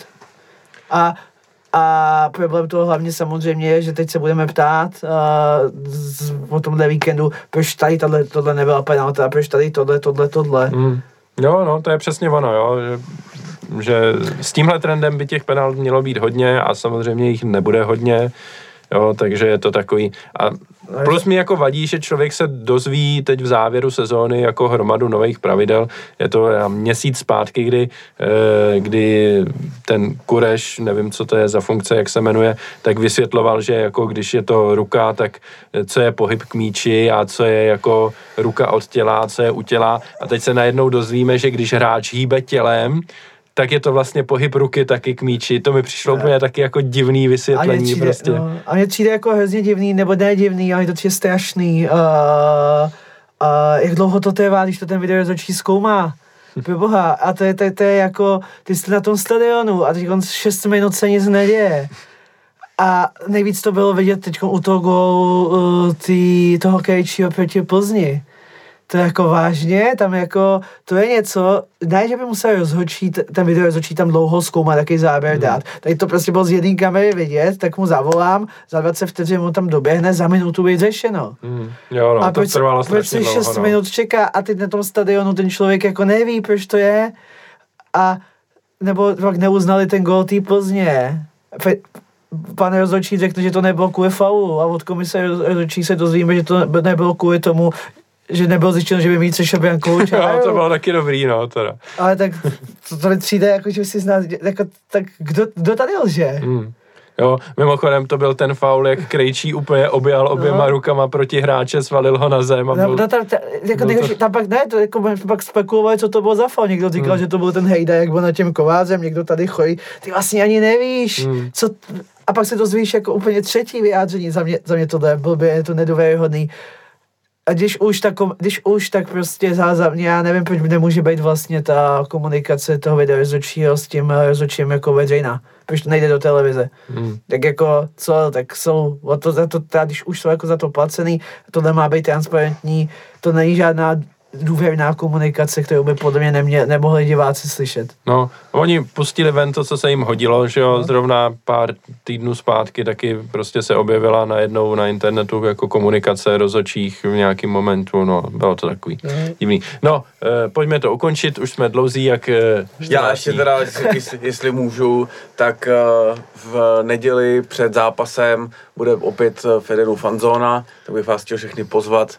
A problém toho hlavně samozřejmě je, že teď se budeme ptát o tomhle víkendu, proč tady tohle nebyla penalta, proč tady tohle. Jo, no, to je přesně ono, jo, že s tímhle trendem by těch penalt mělo být hodně a samozřejmě jich nebude hodně, jo, takže je to takový. A plus mi jako vadí, že člověk se dozví teď v závěru sezóny jako hromadu nových pravidel. Je to měsíc zpátky, kdy ten Kureš, nevím, co to je za funkce, jak se jmenuje, tak vysvětloval, že jako když je to ruka, tak co je pohyb k míči a co je jako ruka od těla, co je u těla. A teď se najednou dozvíme, že když hráč hýbe tělem, tak je to vlastně pohyb ruky taky k míči. To mi přišlo úplně taky jako divný vysvětlení prostě. No, a mně přijde jako hrozně divný, nebo ne divný, ale to je strašný. Jak dlouho to trvá, když to ten videorozhodčí zkoumá? Proboha. A to je jako, ty jste na tom stadionu a teď 6 minut se nic neděje. A nejvíc to bylo vidět teď u toho gólu toho Krejčího proti Plzni. To je jako vážně, tam jako, to je něco, ne, že by musel rozhodčít, ten video rozhodčí tam dlouho zkoumat, taký záběr dát. Tady to prostě bylo z jedné kamery vidět, tak mu zavolám, za 20 vteřin mu tam doběhne, za minutu vyřešeno. Jo, no, a to trvalo strašně dlouho. Proč se 6 minut čeká a teď na tom stadionu ten člověk jako neví, proč to je a nebo pak neuznali ten gól té Plzně. Pan rozhodčí řekl, že to nebylo kvůli faulu a od komise rozhodčí se dozvíme, že to nebylo kvůli tomu, že nebylo zjištěno, že by mít se Šabiankou. Jo, to bylo taky dobrý, no, teda. Ale tak to přijde, jako, že si zná, jako, tak kdo tady lže? Jo, mimochodem to byl ten faul, jak Krejčí úplně objal oběma rukama proti hráče, svalil ho na zem. A byl, tam pak ne, to jako pak spekulovali, co to bylo za faul. Někdo říkal, že to byl ten hejda, jak byl nad tím kovářem, někdo tady chodí. Ty vlastně ani nevíš, co... A pak se dozvíš jako úplně třetí vyjádření. Za mě tohle je blbě, je to nedověryhodný. A když už, tak prostě za mě, já nevím, proč nemůže být vlastně ta komunikace toho videorozhodčího s tím rozhodčím jako veřejná. Proč to nejde do televize. Tak jako, co, tak jsou, když už jsou jako za to placený, tohle má být transparentní, to není žádná důvěrná komunikace, kterou by podle mě nemohli diváci slyšet. No, oni pustili ven to, co se jim hodilo, že jo, zrovna pár týdnů zpátky taky prostě se objevila najednou na internetu jako komunikace rozhodčích v nějakém momentu, no, bylo to takový divný. No, pojďme to ukončit, už jsme dlouzí jak Já ještě teda, jestli můžu, tak v neděli před zápasem bude opět Federu fanzóna, tak bych vás chtěl všechny pozvat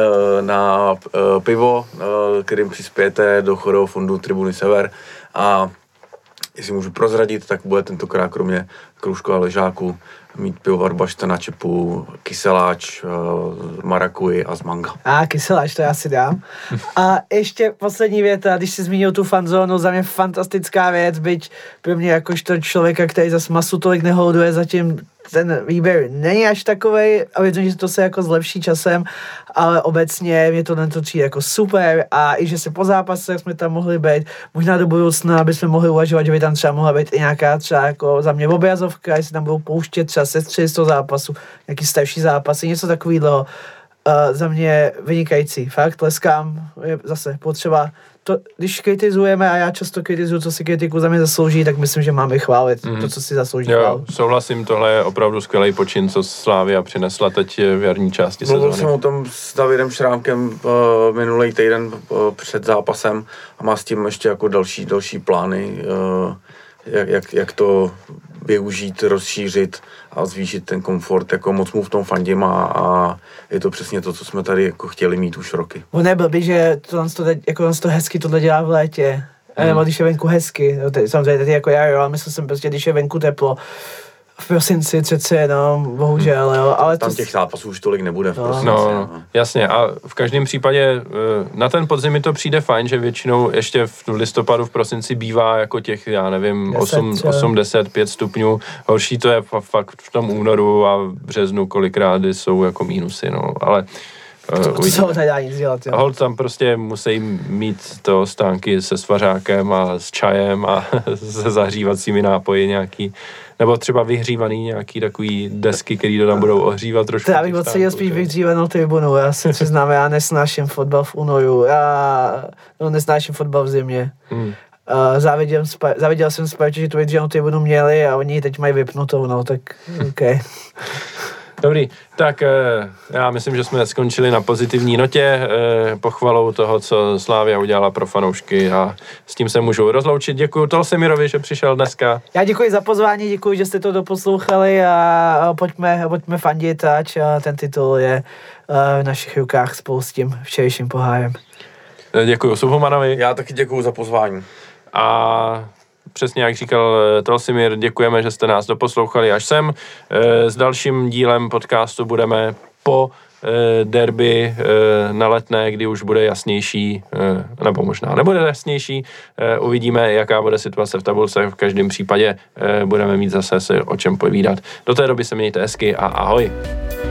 na pivo, kterým přispějete do chorového fondu Tribuny Sever a jestli můžu prozradit, tak bude tentokrát kromě kroužku a ležáku mít pivovar Bašta na čepu, kyseláč, marakuji a z manga. Kyseláč, to já si dám. A ještě poslední věta, když jsi zmínil tu fanzónu, za mě fantastická věc, byť pro mě jakožto člověka, který zas masu tolik neholduje, zatím ten výběr není až takovej a věřím, že to se jako zlepší časem, ale obecně mě to přijde jako super a i že se po zápasech jsme tam mohli být, možná do budoucna, aby jsme mohli uvažovat, že by tam třeba mohla být i nějaká třeba jako za mě obrazovka, jestli tam budou pouštět třeba sestři z toho zápasu, nějaký starší zápasy, něco takového. Za mě vynikající, fakt tleskám, je zase potřeba to, když kritizujeme a já často kritizuju, co si kritiku za mě zaslouží, tak myslím, že máme chválit to, co si zaslouží. Jo, souhlasím, tohle je opravdu skvělý počin, co Slavia přinesla teď v jarní části sezóny. Mluvil jsem o tom s Davidem Šrámkem minulý týden před zápasem a má s tím ještě jako další plány, jak to využít, rozšířit a zvýšit ten komfort, jako moc mu v tom fandím a je to přesně to, co jsme tady jako chtěli mít už roky. On nebyl by, že to hezky tohle dělá v létě, nebo když je venku hezky, samozřejmě tady jako já, ale myslel jsem prostě, když je venku teplo, v prosinci přece jenom, bohužel, jo, ale tam těch zápasů už tolik nebude v prosinci. No, jasně, a v každém případě na ten podzim mi to přijde fajn, že většinou ještě v listopadu, v prosinci bývá jako těch, já nevím, 8, 10, 5 stupňů. Horší to je fakt v tom únoru a v březnu kolikrát jsou jako mínusy, no, ale To se nedá nic dělat, jo. Holt tam prostě musí mít to stánky se svařákem a s čajem a se zahřívacími nápoji nějaký, nebo třeba vyhřívaný nějaký takový desky, které to tam budou ohřívat trošku. To já bych odsadil spíš vyhřívanou tribunu, já si přiznám, já nesnáším fotbal v únoru, já nesnáším fotbal v zimě. Záviděl jsem Spartě, že tu vyhřívanou tribunu měli a oni ji teď mají vypnutou, no tak okej. Dobrý, tak já myslím, že jsme skončili na pozitivní notě pochvalou toho, co Slavia udělala pro fanoušky a s tím se můžu rozloučit. Děkuju Tolsimirovi, že přišel dneska. Já děkuji za pozvání, děkuji, že jste to doposlouchali a pojďme fandit, ať ten titul je v našich rukách spolu s tím včerejším pohárem. Děkuju Subhumanovi. Já taky děkuju za pozvání. A přesně jak říkal Tolsimir, děkujeme, že jste nás doposlouchali až sem. S dalším dílem podcastu budeme po derby na Letné, kdy už bude jasnější, nebo možná nebude jasnější. Uvidíme, jaká bude situace v tabulce. V každém případě budeme mít zase o čem povídat. Do té doby se mějte hezky a ahoj.